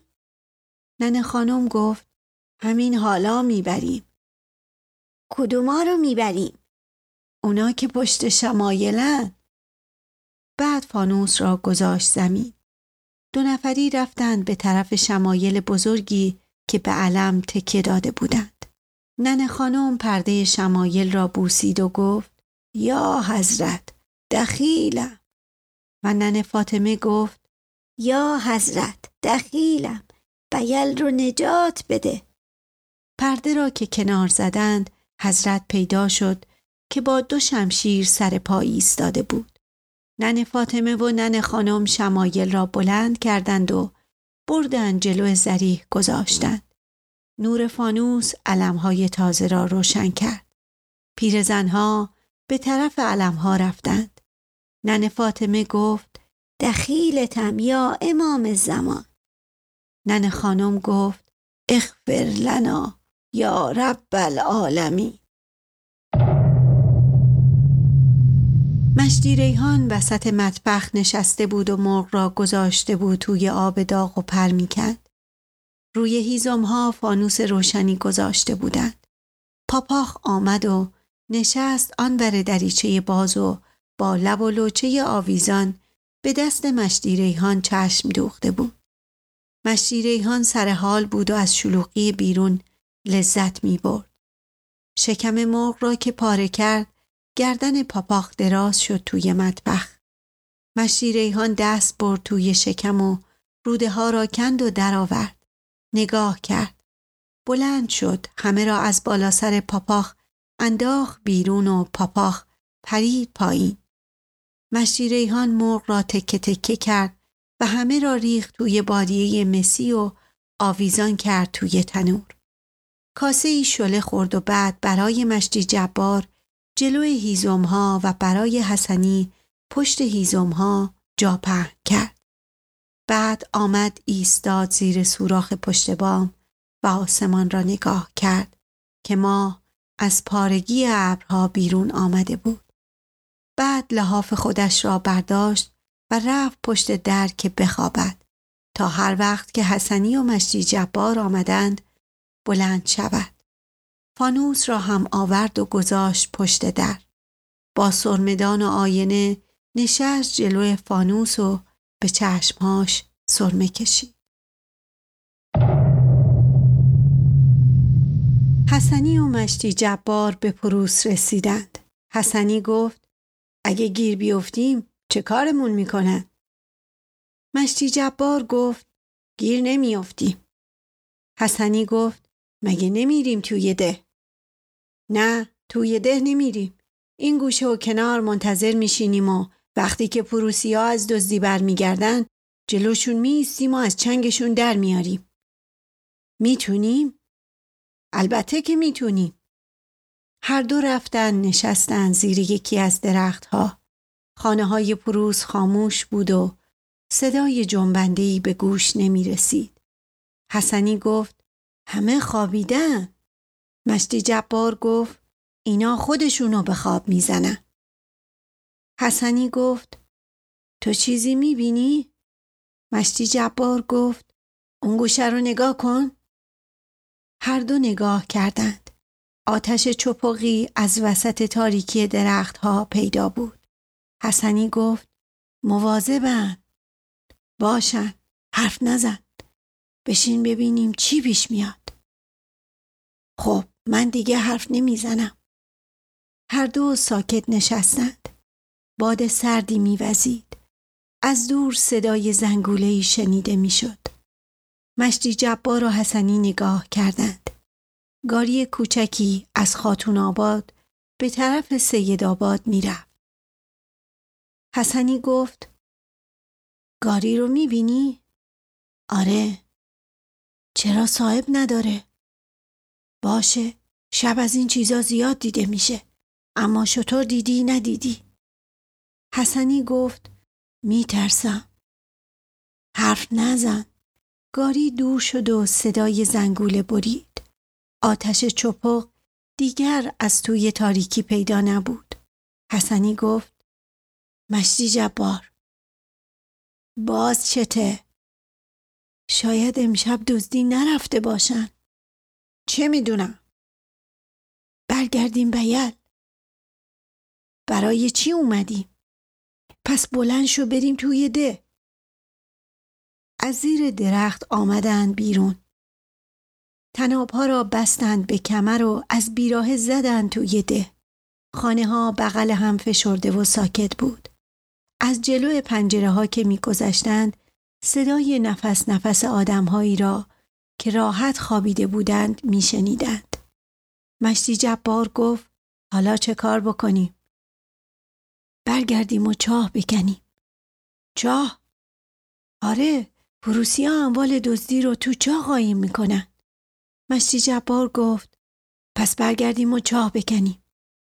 ننه خانم گفت همین حالا میبریم. کدوما رو میبریم؟ اونا که پشت شمایلن. بعد فانوس را گذاشت زمین. 2 نفری رفتند به طرف شمایل بزرگی که به علم تکیه داده بودند. ننه خانم پرده شمایل را بوسید و گفت یا حضرت دخیلم. و ننه فاطمه گفت یا حضرت دخیلم، بیل رو نجات بده. پرده را که کنار زدند حضرت پیدا شد که با 2 شمشیر سر پا ایستاده بود. ننه فاطمه و ننه خانم شمایل را بلند کردند و بردند جلو ذریح گذاشتند. نور فانوس علم‌های تازه را روشن کرد. پیرزنها به طرف علمها رفتند. ننه فاطمه گفت دخیلتم یا امام زمان. ننه خانم گفت اغفر لنا یا رب العالمین. مشتی ریحان وسط مطبخ نشسته بود و مرغ را گذاشته بود توی آب داغ و پر می‌کند. روی هیزم‌ها فانوس روشنی گذاشته بودند. پاپاخ آمد و نشست آنور دریچه باز و با لب و لوچه آویزان به دست مشتی ریحان چشم دوخته بود. مشتی ریحان سر حال بود و از شلوغی بیرون لذت می برد. شکم مرغ را که پاره کرد گردن پاپاخ دراز شد توی مطبخ. مشتی ریحان دست برد توی شکم و روده ها را کند و درآورد. نگاه کرد. بلند شد، همه را از بالا سر پاپاخ انداخت بیرون و پاپاخ پرید پایین. مشتی ریحان مرغ را تکه تکه کرد و همه را ریخت توی بادیه مسی و آویزان کرد توی تنور. کاسه ای شله خورد و بعد برای مشتی جبار جلوی هیزم‌ها و برای حسنی پشت هیزم‌ها جا پهن کرد. بعد آمد ایستاد زیر سوراخ پشت بام و آسمان را نگاه کرد که ماه از پارگی ابرها بیرون آمده بود. بعد لحاف خودش را برداشت و رفت پشت در که بخوابد تا هر وقت که حسنی و مشتی جبار آمدند بلند شود. فانوس را هم آورد و گذاشت پشت در. با سرمدان و آینه نشست جلوی فانوس و به چشمهاش سرمه کشید. حسنی و مشتی جبار به پروس رسیدند. حسنی گفت اگه گیر بیفتیم چه کارمون میکنن؟ مشتی جبار گفت گیر نمیافتیم. حسنی گفت مگه نمیریم توی ده؟ نه، توی ده نمیریم. این گوشه و کنار منتظر میشینیم و وقتی که پروسی‌ها از دزدی برمیگردن جلوشون میایستیم و از چنگشون در میاریم. میتونیم؟ البته که میتونیم. هر دو رفتن نشستن زیر یکی از درختها. خانه‌های پروس خاموش بود و صدای جنبنده‌ای به گوش نمی رسید. حسنی گفت همه خوابیدن. مشتی جبار گفت اینا خودشونو به خواب میزنن. حسنی گفت تو چیزی میبینی؟ مشتی جبار گفت اون گوشه رو نگاه کن. هر دو نگاه کردند. آتش چپقی از وسط تاریکی درختها پیدا بود. حسنی گفت مواظبن. باشن، حرف نزن. بشین ببینیم چی پیش میاد. خب من دیگه حرف نمیزنم. هر دو ساکت نشستند. باد سردی میوزید. از دور صدای زنگوله‌ای شنیده میشد. مشتی جبار و حسنی نگاه کردند. گاری کوچکی از خاتون آباد به طرف سید آباد میرفت. حسنی گفت گاری رو میبینی؟ آره. چرا صاحب نداره؟ باشه، شب از این چیزا زیاد دیده میشه. اما شطور دیدی ندیدی؟ حسنی گفت میترسم. حرف نزن. گاری دور شد و صدای زنگوله برید. آتش چپق دیگر از توی تاریکی پیدا نبود. حسنی گفت مشتی جبار باز چته؟ شاید امشب دزدی نرفته باشن. چه میدونم؟ برگردیم بیل. برای چی اومدیم؟ پس بلند شو بریم توی ده. از زیر درخت آمدند بیرون. طناب‌ها را بستند به کمر و از بیراه زدند توی ده. خانه ها بغل هم فشرده و ساکت بود. از جلوی پنجره ها که می گذشتند صدای نفس نفس آدم هایی را که راحت خوابیده بودند می شنیدند. مشتی جبار گفت حالا چه کار بکنیم؟ برگردیم و چاه بکنیم. چاه؟ آره، پروسی‌ها اموال دزدی رو تو چاه قایم میکنن. مشتی جبار گفت پس برگردیم و چاه بکنیم.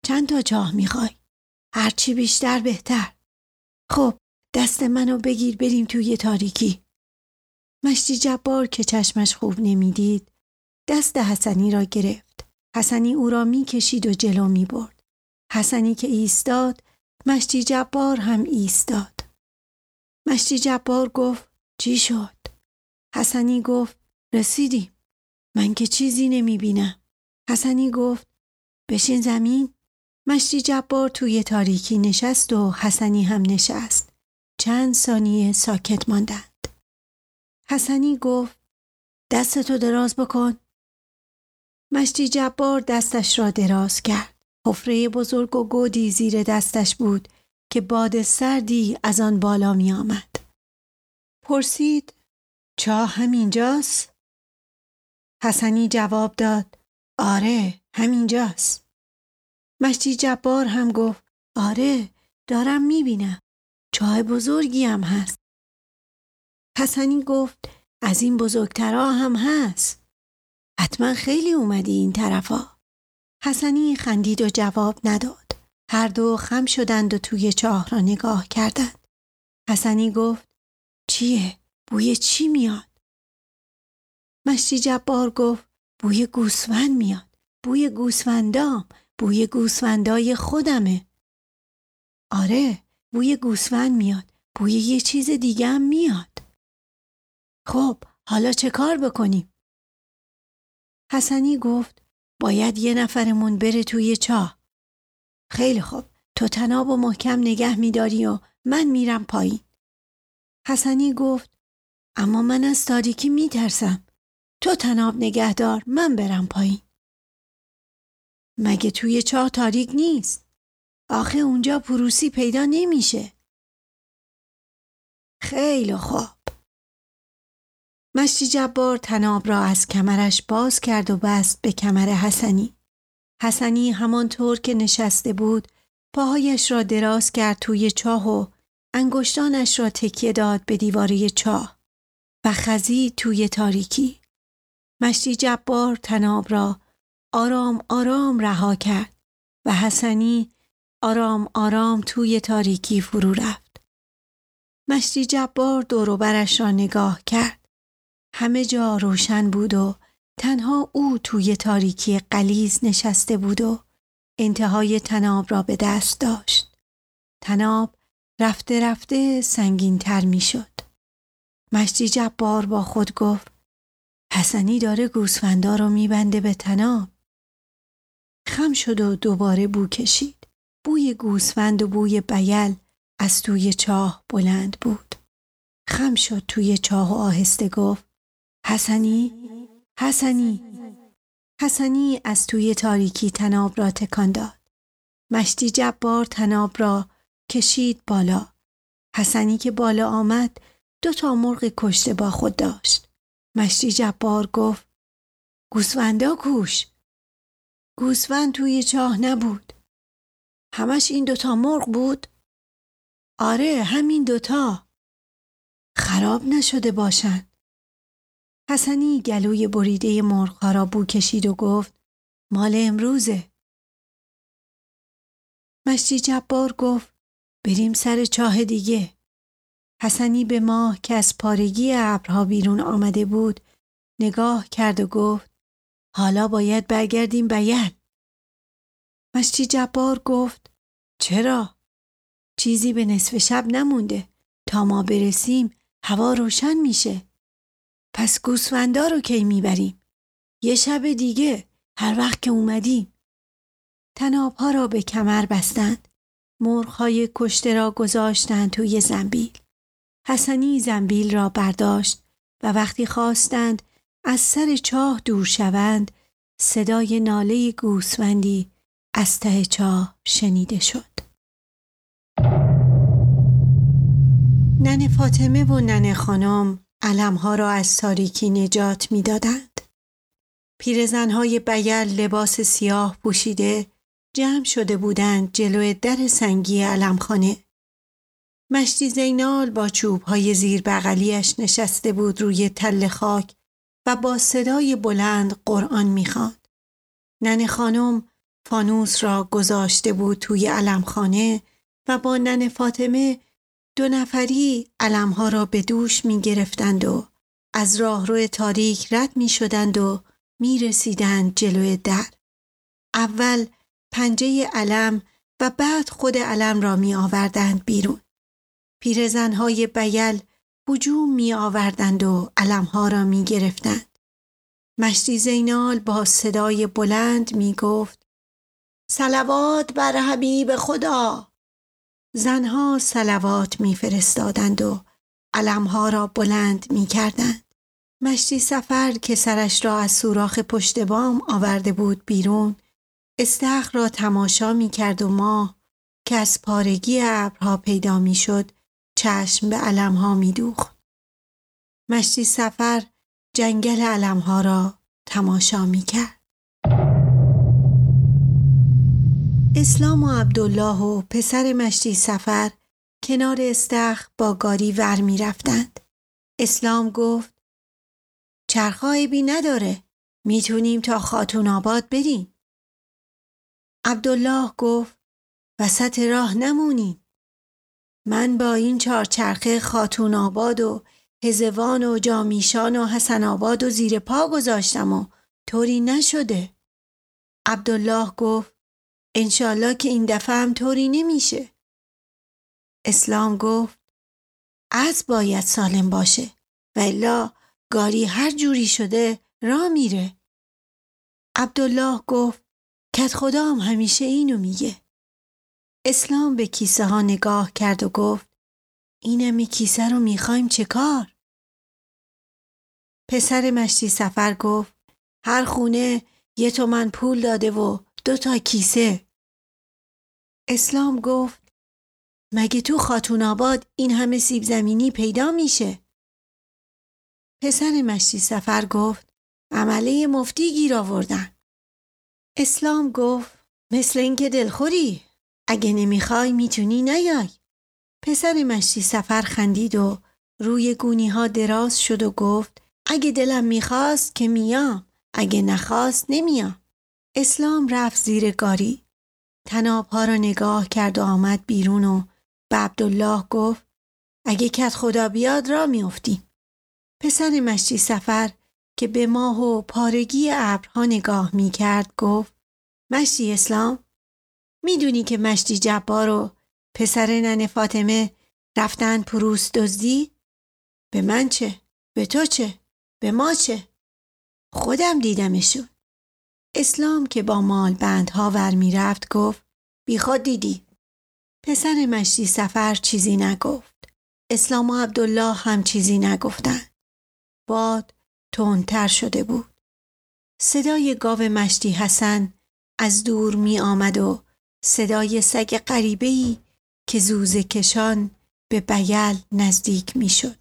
چند تا چاه میخوای؟ هرچی بیشتر بهتر. خب دست منو بگیر بریم توی تاریکی. مشتی جبار که چشمش خوب نمیدید دست حسنی را گرفت. حسنی او را میکشید و جلو میبرد. حسنی که ایستاد مشتی جبار هم ایستاد. مشتی جبار گفت چی شد؟ حسنی گفت رسیدیم. من که چیزی نمیبینم. حسنی گفت بشین زمین. مشتی جبار توی تاریکی نشست و حسنی هم نشست. چند ثانیه ساکت ماندند. حسنی گفت دستتو دراز بکن. مشتی جبار دستش را دراز کرد. حفره بزرگ و گودی زیر دستش بود که باد سردی از آن بالا می آمد. پرسید چاه همینجاست؟ حسنی جواب داد آره همینجاست. مشتی جبار هم گفت آره دارم میبینم. چاه بزرگی هم هست. حسنی گفت از این بزرگترها هم هست. حتما خیلی اومدی این طرفا. حسنی خندید و جواب نداد. هر دو خم شدند و توی چاه را نگاه کردند. حسنی گفت چیه؟ بوی چی میاد؟ مشتی جبار گفت بوی گوسفند میاد. بوی گوسفندام. بوی گوسفندای خودمه. آره بوی گوسفند میاد. بوی یه چیز دیگه هم میاد. خب حالا چه کار بکنیم؟ حسنی گفت باید یه نفرمون بره توی چاه. خیلی خوب تو طناب و محکم نگه میداری و من میرم پایین. حسنی گفت اما من از تاریکی میترسم. تو طناب نگه دار من برم پایین. مگه توی چاه تاریک نیست؟ آخه اونجا پروسی پیدا نمیشه. خیلی خوب. مشتی جبار طناب را از کمرش باز کرد و بست به کمر حسنی. حسنی همانطور که نشسته بود پاهایش را دراز کرد توی چاه و انگشتانش را تکیه داد به دیواره چاه و خزید توی تاریکی. مشتی جبار طناب را آرام آرام رها کرد و حسنی آرام آرام توی تاریکی فرو رفت. مشتی جبار دور و برش را نگاه کرد. همه جا روشن بود و تنها او توی تاریکی غلیظ نشسته بود و انتهای طناب را به دست داشت. طناب رفته رفته سنگین تر می شد. مشتی جبار با خود گفت حسنی داره گوسفندا رو می بنده به طناب. خم شد و دوباره بو کشید. بوی گوسفند و بوی بیل از توی چاه بلند بود. خم شد توی چاه و آهسته گفت حسنی؟ حسنی؟ حسنی از توی تاریکی طناب را تکان داد. مشتی جبار طناب را کشید بالا. حسنی که بالا آمد 2 مرغ کشته با خود داشت. مشتی جبار گفت گوسفندا کوش؟ گوسفند توی چاه نبود. همش این 2 مرغ بود؟ آره همین 2. خراب نشده باشن. حسنی گلوی بریده مرغ‌ها را بو کشید و گفت مال امروزه. مشتی جبار گفت بریم سر چاه دیگه. حسنی به ماه که از پارگی ابرها بیرون آمده بود نگاه کرد و گفت حالا باید برگردیم بیل. مشتی جبار گفت چرا؟ چیزی به نصف شب نمونده. تا ما برسیم هوا روشن میشه. پس گوسفندا رو کی میبریم؟ یه شب دیگه هر وقت که اومدیم. طناب‌ها را به کمر بستند. مرغ‌های کشته را گذاشتند توی زنبیل. حسنی زنبیل را برداشت و وقتی خواستند از سر چاه دور شوند صدای ناله گوسفندی از ته چاه شنیده شد. ننه فاطمه و ننه خانم علمها را از تاریکی نجات می دادند. پیرزنهای بیل لباس سیاه پوشیده جمع شده بودند جلوی در سنگی علمخانه. مشتی زینال با چوبهای زیر بغلیش نشسته بود روی تل خاک و با صدای بلند قرآن می خواند. ننه خانم فانوس را گذاشته بود توی علمخانه و با ننه فاطمه 2 نفری علمها را به دوش می گرفتند و از راهرو تاریک رد می شدند و می رسیدند جلوی در. اول پنجه علم و بعد خود علم را می آوردند بیرون. پیرزنهای بیل هجوم می آوردند و علمها را می گرفتند. مشتی زینال با صدای بلند می گفت صلوات بر حبیب خدا. زنها صلوات می فرستادند و علمها را بلند می کردند. مشتی سفر که سرش را از سوراخ پشت بام آورده بود بیرون، استخر را تماشا می کرد و ماه که از پارگی ابرها پیدا می شد چشم به علمها می دوخت. مشتی سفر جنگل علمها را تماشا می کرد. اسلام و عبدالله و پسر مشتی سفر کنار استخر با گاری ور می رفتند. اسلام گفت چرخ عیبی نداره، میتونیم تا خاتون آباد بریم. عبدالله گفت وسط راه نمونیم. من با این 4 چرخه خاتون آباد و هزوان و جامیشان و حسن آباد و زیر پا گذاشتم و طوری نشده. عبدالله گفت انشالله که این دفعه هم طوری نمیشه. اسلام گفت اسب باید سالم باشه و الا گاری هر جوری شده راه میره. عبدالله گفت کت خدا هم همیشه اینو میگه. اسلام به کیسه ها نگاه کرد و گفت اینمی کیسه رو میخوایم چه کار؟ پسر مشتی سفر گفت هر خونه 1 تومن پول داده و 2 تا کیسه. اسلام گفت مگه تو خاتون آباد این همه سیب زمینی پیدا میشه؟ پسر مشتی سفر گفت عمله مفتی گیر آوردن. اسلام گفت مثل اینکه دلخوری، اگه نمیخوای میتونی نیای. پسر مشتی سفر خندید و روی گونی ها دراز شد و گفت اگه دلم میخواست که میام، اگه نخواست نمیام. اسلام رفت زیر گاری، طناب‌ها را نگاه کرد و آمد بیرون و به عبدالله گفت اگه کت خدا بیاد را میافتیم. پسر مشتی سفر که به ماه و پارگی ابرها نگاه میکرد گفت مشتی اسلام، میدونی که مشتی جبار و پسر ننه فاطمه رفتن پروس دزدی؟ به من چه؟ به تو چه؟ به ما چه؟ خودم دیدمشون. اسلام که با مال بندها ور میرفت گفت بی خود دیدی. پسر مشتی سفر چیزی نگفت. اسلام و عبدالله هم چیزی نگفتند. باد تندتر شده بود. صدای گاو مشتی حسن از دور می آمد و صدای سگ غریبه‌ای که زوزه کشان به بیل نزدیک می شد.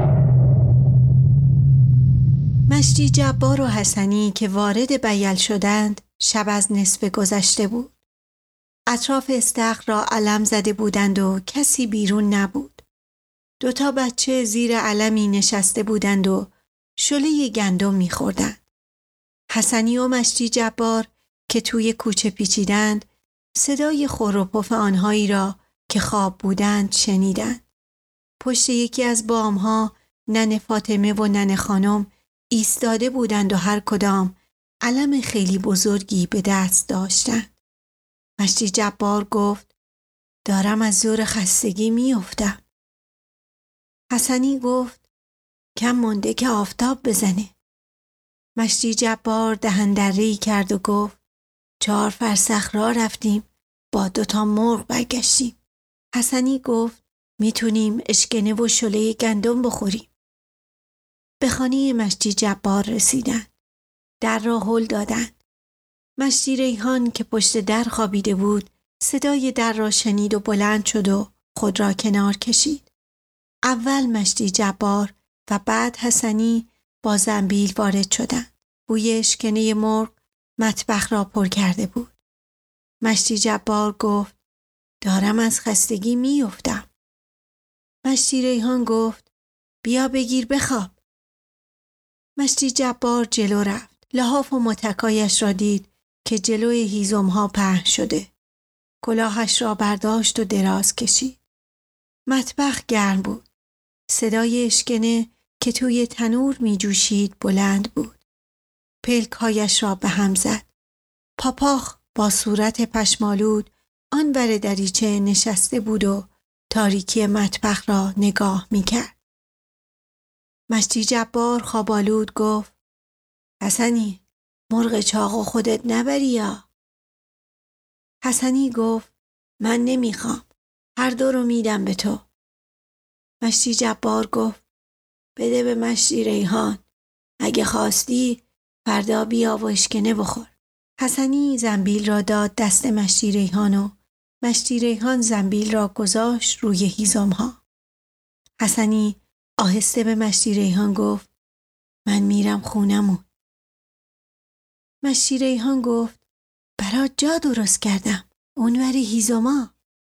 مشتی جبار و حسنی که وارد بیل شدند شب از نصف گذشته بود. اطراف استخر را علم زده بودند و کسی بیرون نبود. 2 تا بچه زیر علمی نشسته بودند و شله گندم می‌خوردند. حسنی و مشتی جبار که توی کوچه پیچیدند صدای خور و پف آنهایی را که خواب بودند شنیدند. پشت یکی از بامها ننه فاطمه و ننه خانم ایستاده بودند و هر کدام علم خیلی بزرگی به دست داشتند. مشتی جبار گفت دارم از زور خستگی میافتم. حسنی گفت کم مونده که آفتاب بزنه. مشتی جبار دهن‌دره‌ای کرد و گفت 4 فرسخ راه رفتیم، با 2 تا مرغ برگشتیم. حسنی گفت میتونیم اشکنه و شله گندم بخوریم. به خانه مشتی جبار رسیدند. در را هل دادند. مشتی ریحان که پشت در خوابیده بود صدای در را شنید و بلند شد و خود را کنار کشید. اول مشتی جبار و بعد حسنی با زنبیل وارد شدند. بوی اشکنه مرغ مطبخ را پر کرده بود. مشتی جبار گفت دارم از خستگی میافتم. مشتی ریحان گفت بیا بگیر بخواب. مشتی جبار جلو رفت. لحاف و متکایش را دید که جلوی هیزم‌ها پهن شده. کلاهش را برداشت و دراز کشید. مطبخ گرم بود. صدای اشکنه که توی تنور می جوشید بلند بود. پلک‌هایش را به هم زد. پاپاخ با صورت پشمالود آنور دریچه نشسته بود و تاریکی مطبخ را نگاه می کرد. مشتی جبار خوابالود گفت: حسنی، مرغ چاقو خودت نبری یا؟ حسنی گفت: من نمیخوام. هر دو رو میدم به تو. مشتی جبار گفت: بده به مشتی ریحان. اگه خواستی فردا بیا و اشکنه بخور. حسنی زنبیل را داد دست مشتی ریحان و مشتی ریحان زنبیل را گذاشت روی هیزم‌ها. حسنی آهسته به مشتی ریحان گفت: من میرم خونمون. مشتی ریحان گفت: برات جا درست کردم، اونوری هیزما.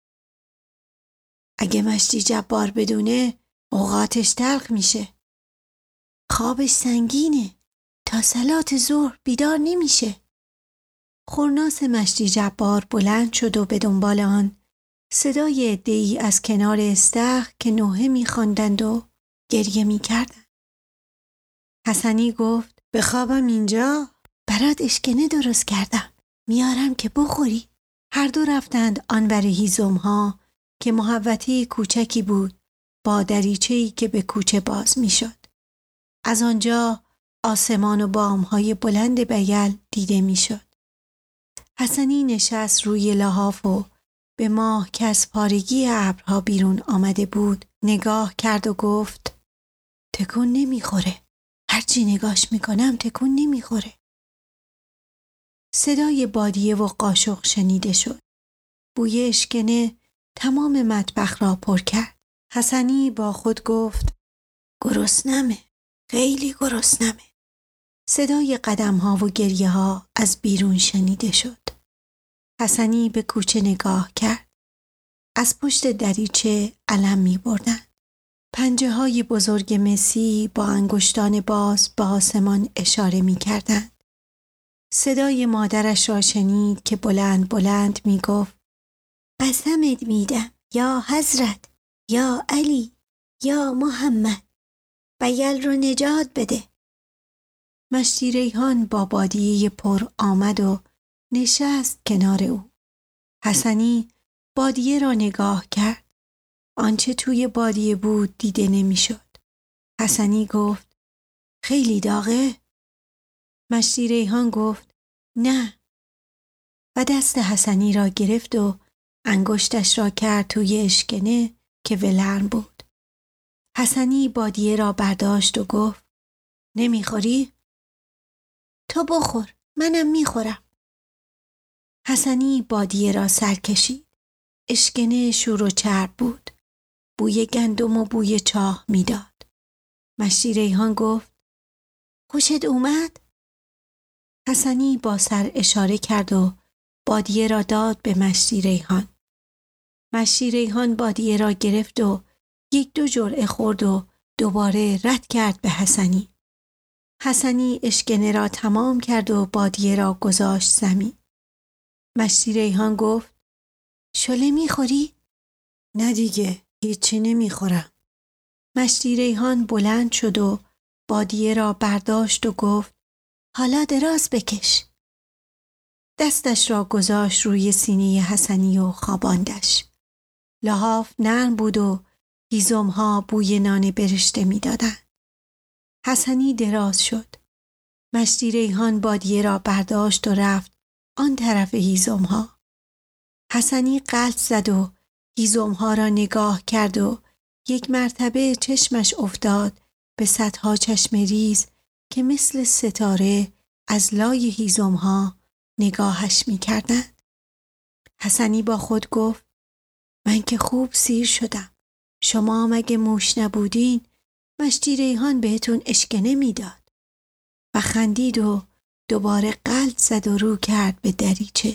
اگه مشتی جبار بدونه اوقاتش تلخ میشه. خوابش سنگینه، تا صلات ظهر بیدار نمیشه. خورناس مشتی جبار بلند شد و به دنبال آن صدای عده‌ای از کنار استخر که نوحه می‌خواندند و گریه می‌کردند. حسنی گفت: بخوابم اینجا؟ برات اشکنه درست کردم، میارم که بخوری. هر دو رفتند آنور هیزم‌ها که محوطه کوچکی بود با دریچه‌ای که به کوچه باز می‌شد. از آنجا آسمان و بام‌های بلند بیل دیده می‌شد. حسنی نشست روی لحاف و به ماه که از پارگی ابرها بیرون آمده بود نگاه کرد و گفت: تکون نمیخوره. هرچی نگاش میکنم تکون نمیخوره. صدای بادیه و قاشق شنیده شد. بوی اشکنه تمام مطبخ را پر کرد. حسنی با خود گفت: گرسنمه، خیلی گرسنمه. صدای قدم‌ها و گریه‌ها از بیرون شنیده شد. حسنی به کوچه نگاه کرد. از پشت دریچه علم می‌بردند. پنجه‌های بزرگ مسی با انگشتان باز به آسمان اشاره می‌کردند. صدای مادرش را شنید که بلند بلند می‌گفت: قسمت میدم یا حضرت، یا علی، یا محمد، بیل رو نجات بده. مشتی ریحان با بادیه پر آمد و نشست کنار او. حسنی بادیه را نگاه کرد. آنچه توی بادیه بود دیده نمی‌شد. حسنی گفت: خیلی داغه؟ مشتی ریحان گفت: نه. و دست حسنی را گرفت و انگشتش را کرد توی اشکنه که ولرم بود. حسنی بادیه را برداشت و گفت: نمیخوری؟ تو بخور، منم میخورم. حسنی بادیه را سر کشید. اشکنه شور و چرب بود. بوی گندم و بوی چاه میداد. مشتی ریحان گفت: خوشت اومد؟ حسنی با سر اشاره کرد و بادیه را داد به مشتی ریحان. مشتی ریحان بادیه را گرفت و 1-2 جرعه خورد و دوباره رد کرد به حسنی. حسنی اشکنه را تمام کرد و بادیه را گذاشت زمین. مشتی ریحان گفت: شله میخوری؟ نه دیگه، هیچی نمیخورم. مشتی ریحان بلند شد و بادیه را برداشت و گفت: حالا دراز بکش. دستش را گذاشت روی سینه حسنی و خواباندش. لحاف نرم بود و هیزم‌ها بوی نان برشته می‌دادند. حسنی دراز شد. مشتی ریحان بادیه را برداشت و رفت آن طرف هیزم‌ها. حسنی غلط زد و هیزم‌ها را نگاه کرد و 1 مرتبه چشمش افتاد به صدها چشم ریز که مثل ستاره از لای هیزم‌ها نگاهش می‌کردند. حسنی با خود گفت: من که خوب سیر شدم. شما مگه موش نبودین مشتی ریحان بهتون اشکنه میداد. و خندید و دوباره غلط زد و رو کرد به دریچه.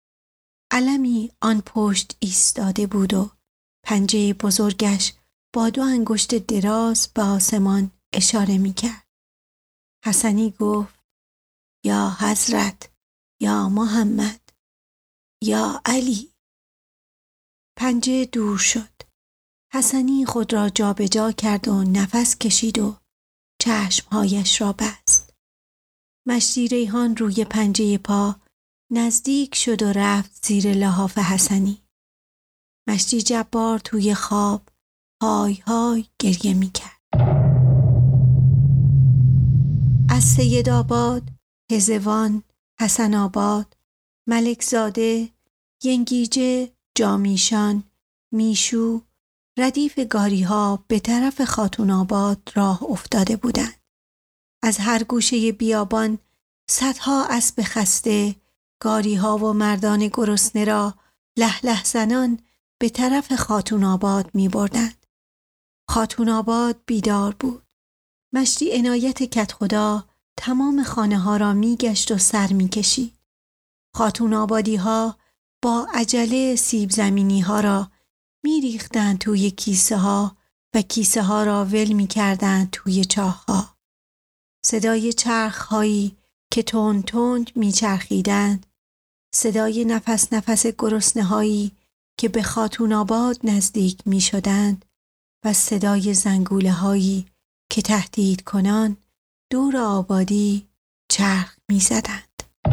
علمی آن پشت ایستاده بود و پنجه بزرگش با 2 انگشت دراز به آسمان اشاره میکرد. حسنی گفت: یا حضرت، یا محمد، یا علی. پنجه دور شد. حسنی خود را جابجا کرد و نفس کشید و چشمهایش را بست. مشتی ریحان روی پنجه پا نزدیک شد و رفت زیر لحاف حسنی. مشتی جبار توی خواب های های گریه می کرد. از سیدآباد، هزوان، حسن آباد، ملکزاده، ینگیجه، جامیشان، میشو، ردیف گاری ها به طرف خاتون آباد راه افتاده بودند. از هر گوشه بیابان صدها اسب خسته، گاری ها و مردان گرسنه را له له زنان به طرف خاتون آباد می بردند. خاتون آباد بیدار بود. مشتی عنایت کدخدا تمام خانه ها را می گشت و سر می کشید. خاتون آبادی ها با عجله سیب زمینی ها را می ریختند توی کیسه ها و کیسه ها را ول می کردند توی چاه ها. صدای چرخ هایی که تند تند می چرخیدند، صدای نفس نفس گرسنه هایی که به خاتون آباد نزدیک می شدند و صدای زنگوله هایی که تهدید کنان دور آبادی چرخ می زدند.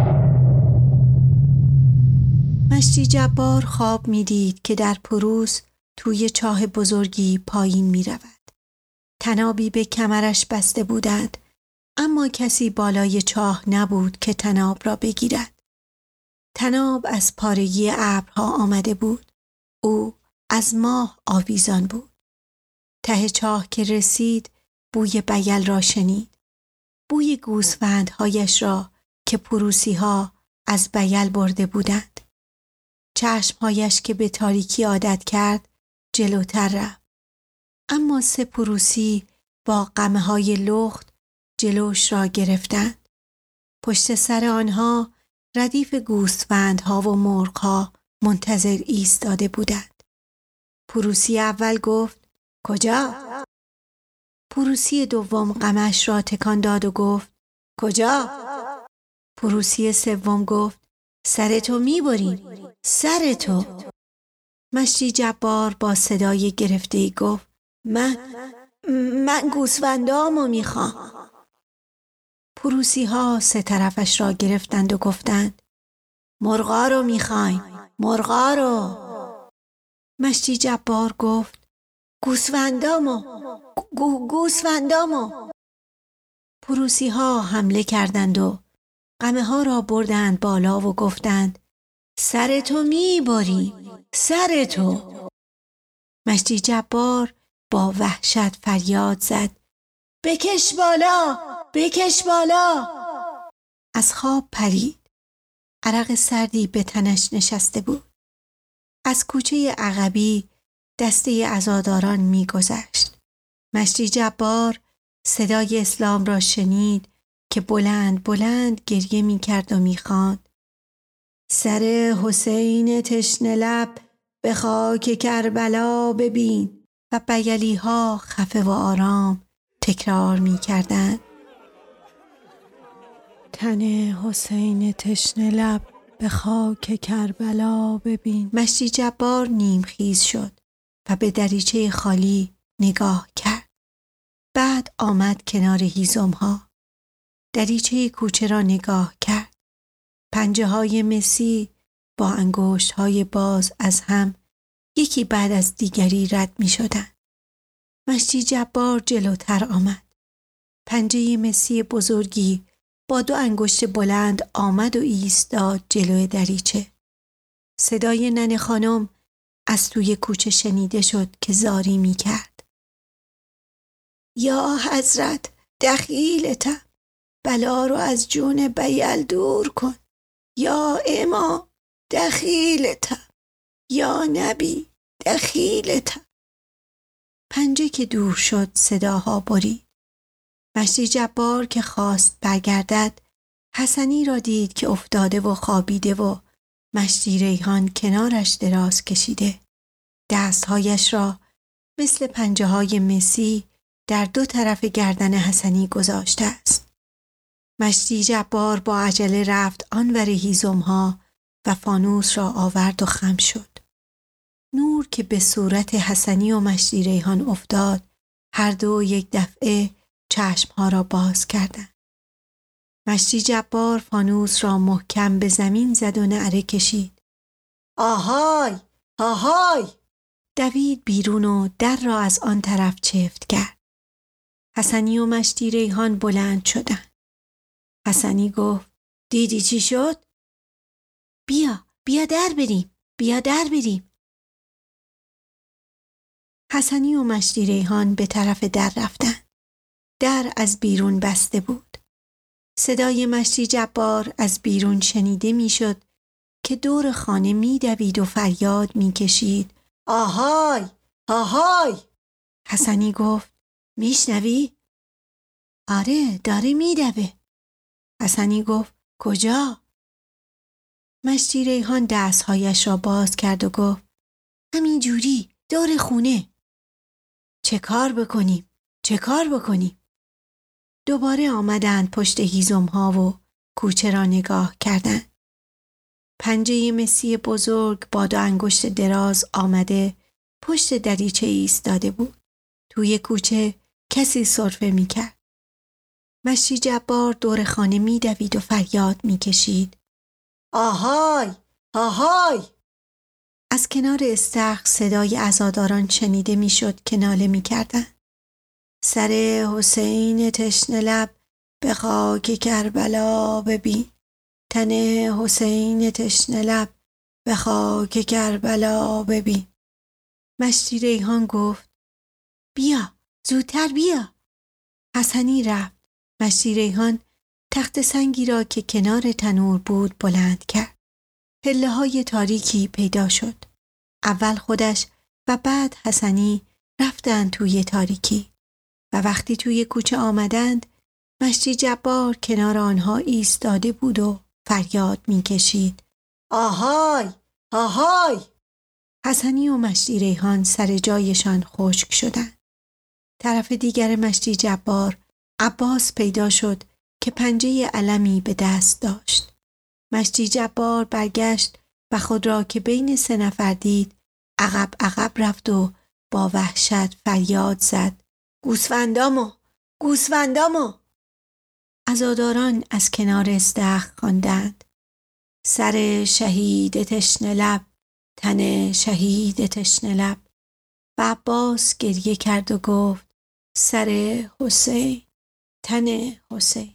مشتی جبار خواب می دید که در پروس توی چاه بزرگی پایین می رود. تنابی به کمرش بسته بودند، اما کسی بالای چاه نبود که تناب را بگیرد. تناب از پارگی ابرها آمده بود. او از ماه آویزان بود. ته چاه که رسید بوی بیل را شنید. بوی گوسفندهایش را که پروسی ها از بیل برده بودند. چشمهایش که به تاریکی عادت کرد جلوتر رفت. اما 3 پروسی با قمه های لخت جلوش را گرفتند. پشت سر آنها ردیف گوسفندها و مرغها منتظر ایستاده بودند. پروسی اول گفت کجا؟ پروسی دوم قمش را تکان داد و گفت کجا؟ پروسی سوم گفت سرتو میبریم، سرتو. مشتی جبار با صدای گرفته‌ای گفت من گوسفندامو میخوام. پروسی ها 3 طرفش را گرفتند و گفتند مرغا رو میخوایم، مرغا رو. مشتی جبار گفت گوسفندامو. پروسی ها حمله کردند و قمه ها را بردند بالا و گفتند سرتو میبریم، سرتو. مشتی جبار با وحشت فریاد زد بکش بالا، بکش بالا. از خواب پرید. عرق سردی به تنش نشسته بود. از کوچه عقبی دسته عزاداران می‌گذشت. مشتی جبار صدای اسلام را شنید که بلند بلند گریه می‌کرد و می‌خواند سر حسین تشنه لب به خاک کربلا ببین. و بیلی‌ها خفه و آرام تکرار می‌کردند تن حسین تشنه لب به خاک کربلا ببین. مشتی جبار نیمخیز شد و به دریچه خالی نگاه کرد. بعد آمد کنار هیزم‌ها. دریچه کوچه را نگاه کرد. پنجه‌های مسی با انگشت‌های باز از هم یکی بعد از دیگری رد می‌شدند. مشتی جبار جلوتر آمد. پنجه مسی بزرگی با 2 انگشت بلند آمد و ایستاد جلوی دریچه. صدای ننه خانم از توی کوچه شنیده شد که زاری می کرد. یا حضرت دخیلتم، بلا رو از جون بیل دور کن. یا امام دخیلتم، یا نبی دخیلتم. پنجه که دور شد صداها برید. مشتی جبار که خواست برگردد حسنی را دید که افتاده و خوابیده و مشتی ریحان کنارش دراز کشیده. دستهایش را مثل پنجه های مسی در 2 طرف گردن حسنی گذاشته است. مشتی جبار با عجله رفت آنور هیزم‌ها و فانوس را آورد و خم شد. نور که به صورت حسنی و مشتی ریحان افتاد، هر دو یک دفعه چشمها را باز کردند. مشتی جبار فانوس را محکم به زمین زد و نعره کشید. آهای! آهای! دوید بیرون و در را از آن طرف چفت کرد. حسنی و مشتی ریحان بلند شدند. حسنی گفت دیدی چی شد؟ بیا در بریم. بیا در بریم. حسنی و مشتی ریحان به طرف در رفتند. در از بیرون بسته بود. صدای مشتی جبار از بیرون شنیده میشد که دور خانه میدوید و فریاد میکشید. آهای! آهای! حسنی گفت میشنوی؟ آره داره میدوه. حسنی گفت کجا؟ مشتی ریحان دستهایش را باز کرد و گفت همین جوری دور خونه. چه کار بکنیم؟ دوباره آمدند پشت هیزم‌ها و کوچه را نگاه کردند. پنجه مسی بزرگ با 2 انگشت دراز آمده پشت دریچه ایستاده بود. توی کوچه کسی سرفه می‌کرد. مشتی جبار دور خانه می‌دوید و فریاد می‌کشید. آهای! آهای! از کنار استخر صدای عزاداران شنیده میشد که ناله می‌کردند. سر حسین تشنه لب به خاک کربلا ببین. تن حسین تشنه لب به خاک کربلا ببین. مشتی ریحان گفت بیا زودتر بیا. حسنی رفت. مشتی ریحان تخت سنگی را که کنار تنور بود بلند کرد. پله‌های تاریکی پیدا شد. اول خودش و بعد حسنی رفتند توی تاریکی و وقتی توی کوچه آمدند مشتی جبار کنار آنها ایستاده بود و فریاد میکشید. آهای! آهای! حسنی و مشتی ریحان سر جایشان خشک شدند. طرف دیگر مشتی جبار عباس پیدا شد که پنجه علمی به دست داشت. مشتی جبار برگشت و خود را که بین 3 نفر دید عقب رفت و با وحشت فریاد زد. گوسفندامو! عزاداران از کنار استخر خواندند. سر شهید تشنه لب، تن شهید تشنه لب. و عباس گریه کرد و گفت سر حسین، تن حسین.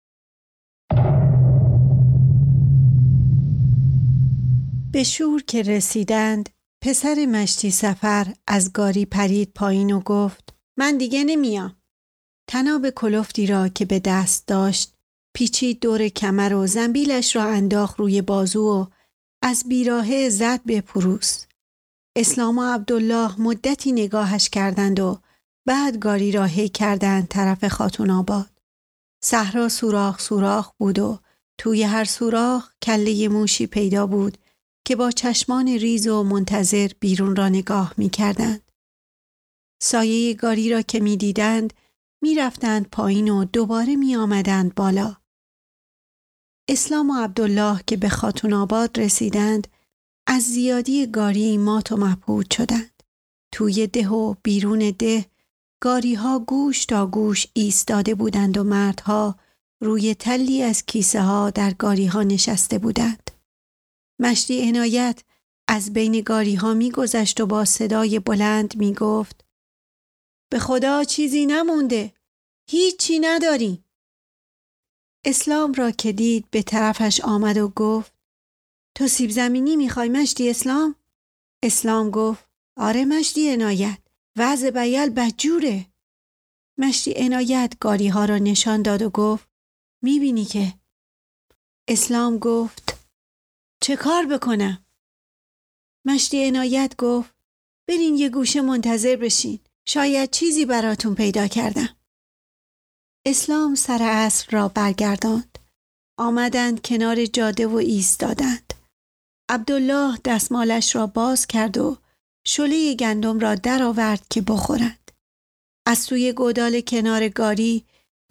به شور که رسیدند پسر مشتی سفر از گاری پرید پایین و گفت من دیگه نمیام. طناب کلفتی را که به دست داشت پیچید دور کمر و زنبیلش را انداخت روی بازو و از بیراهه زد به پروس. اسلام و عبدالله مدتی نگاهش کردند و بعد گاری را هی کردند طرف خاتون آباد. صحرا سوراخ بود و توی هر سوراخ کله موشی پیدا بود که با چشمان ریز و منتظر بیرون را نگاه می کردند. سایه گاری را که می دیدند می رفتند پایین و دوباره می آمدند بالا. اسلام و عبدالله که به خاتون آباد رسیدند از زیادی گاری مات و مبهوت شدند. توی ده و بیرون ده گاری ها گوش تا گوش ایستاده بودند و مردها روی تلی از کیسه ها در گاری ها نشسته بودند. مشتی عنایت از بین گاری ها می گذشت و با صدای بلند می گفت به خدا چیزی نمونده. هیچی نداریم. اسلام را که دید به طرفش آمد و گفت تو سیب زمینی میخوای مشتی اسلام؟ اسلام گفت آره مشتی عنایت، وضع بیل بدجوره. مشتی عنایت گاری ها را نشان داد و گفت میبینی که. اسلام گفت چه کار بکنم؟ مشتی عنایت گفت برین یه گوشه منتظر بشین، شاید چیزی براتون پیدا کردم. اسلام سر عصر را برگرداند. آمدند کنار جاده و ایستادند. عبدالله دستمالش را باز کرد و شله گندم را در آورد که بخورند. از توی گودال کنار گاری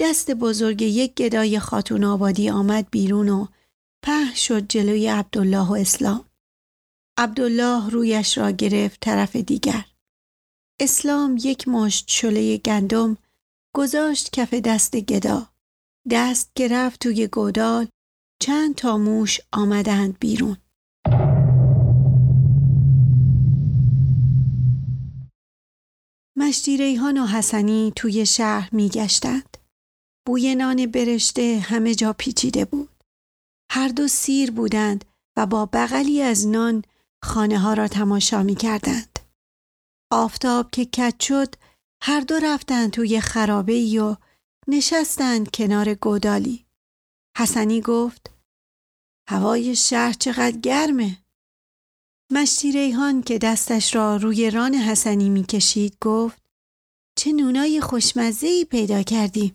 دست بزرگ یک گدای خاتون آبادی آمد بیرون و پهن شد جلوی عبدالله و اسلام. عبدالله رویش را گرفت طرف دیگر. اسلام یک مشت شله گندم گذاشت کف دست گدا. دست گرفت توی گودال. چند تا موش آمدند بیرون. مشتی ریحان و حسنی توی شهر می گشتند. بوی نان برشته همه جا پیچیده بود. هر دو سیر بودند و با بغلی از نان خانه ها را تماشا می کردند. آفتاب که کج شد هر دو رفتند توی خرابه‌ای و نشستند کنار گودالی. حسنی گفت هوای شهر چقدر گرمه. مشتی ریحان که دستش را روی ران حسنی می کشید گفت چه نونای خوشمزه‌ای پیدا کردیم.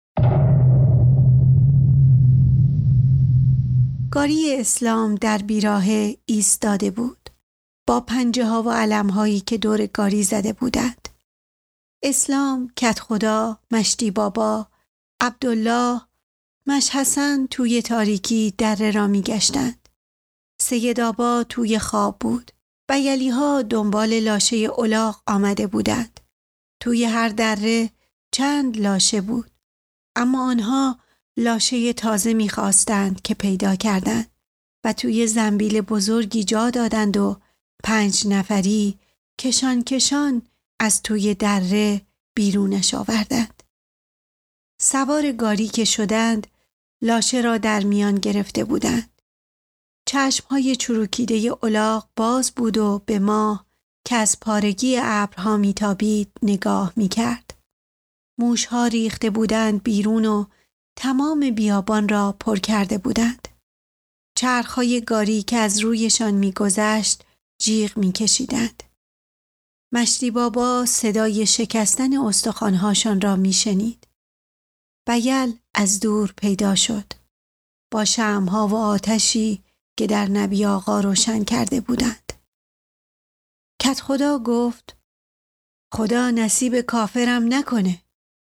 گاری اسلام در بیراهه ایستاده بود با پنجه ها و علم هایی که دور گاری زده بودند. اسلام، کدخدا، مشتی بابا، عبدالله، مش حسن توی تاریکی دره را می گشتند. سید آبا توی خواب بود. بیلی ها دنبال لاشه الاغ آمده بودند. توی هر دره چند لاشه بود. اما آنها لاشه تازه می خواستند که پیدا کردند و توی زنبیل بزرگی جا دادند و 5 نفری کشان کشان از توی دره بیرونش آوردند. سوار گاری که شدند لاشه را در میان گرفته بودند. چشمهای چروکیده الاغ باز بود و به ماه که از پارگی ابرها میتابید نگاه میکرد. موشها ریخته بودند بیرون و تمام بیابان را پر کرده بودند. چرخهای گاری که از رویشان میگذشت جیغ میکشیدند. مشتی بابا صدای شکستن استخوانهاشان را میشنید. بیل از دور پیدا شد با شمعها و آتشی که در نبی آقا روشن کرده بودند. کدخدا گفت خدا نصیب کافرم نکنه.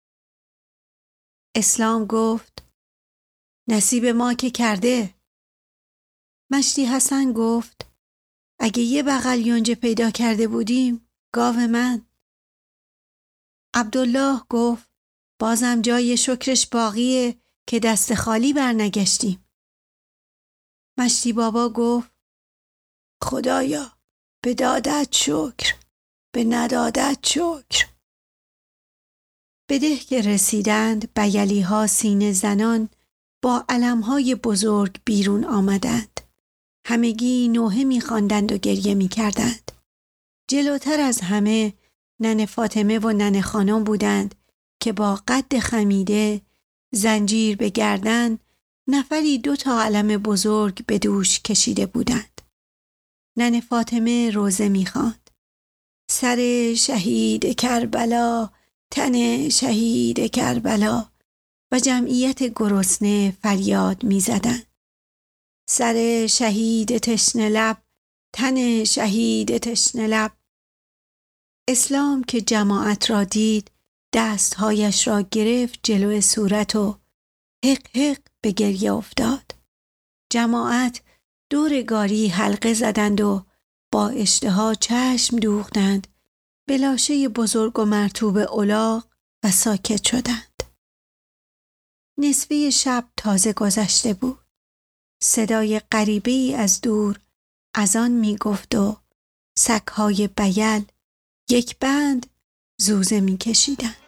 اسلام گفت نصیب ما که کرده. مشتی حسن گفت اگه یه بغل یونجه پیدا کرده بودیم گاو من. عبدالله گفت بازم جای شکرش باقیه که دست خالی برنگشتیم. مشتی بابا گفت خدایا به دادت شکر، به ندادت شکر. به ده که رسیدند بیلی ها سینه زنان با علمهای بزرگ بیرون آمدند. همگی نوحه می خواندند و گریه می کردند. جلوتر از همه ننه فاطمه و ننه خانم بودند که با قد خمیده، زنجیر به گردن، نفری 2 تا علم بزرگ به دوش کشیده بودند. ننه فاطمه روزه می خواند. سر شهید کربلا، تن شهید کربلا و جمعیت گرسنه فریاد می زدند. سر شهید تشنه لب، تن شهید تشنه لب. اسلام که جماعت را دید دستهایش را گرفت جلو صورت و حق حق به گریه افتاد. جماعت دور گاری حلقه زدند و با اشتها چشم دوختند به لاشه بزرگ و مرطوب الاغ و ساکت شدند. نصفه شب تازه گذشته بود. صدای غریبه‌ای از دور اذان می گفت و سگ‌های بیل یک بند زوزه می کشیدند.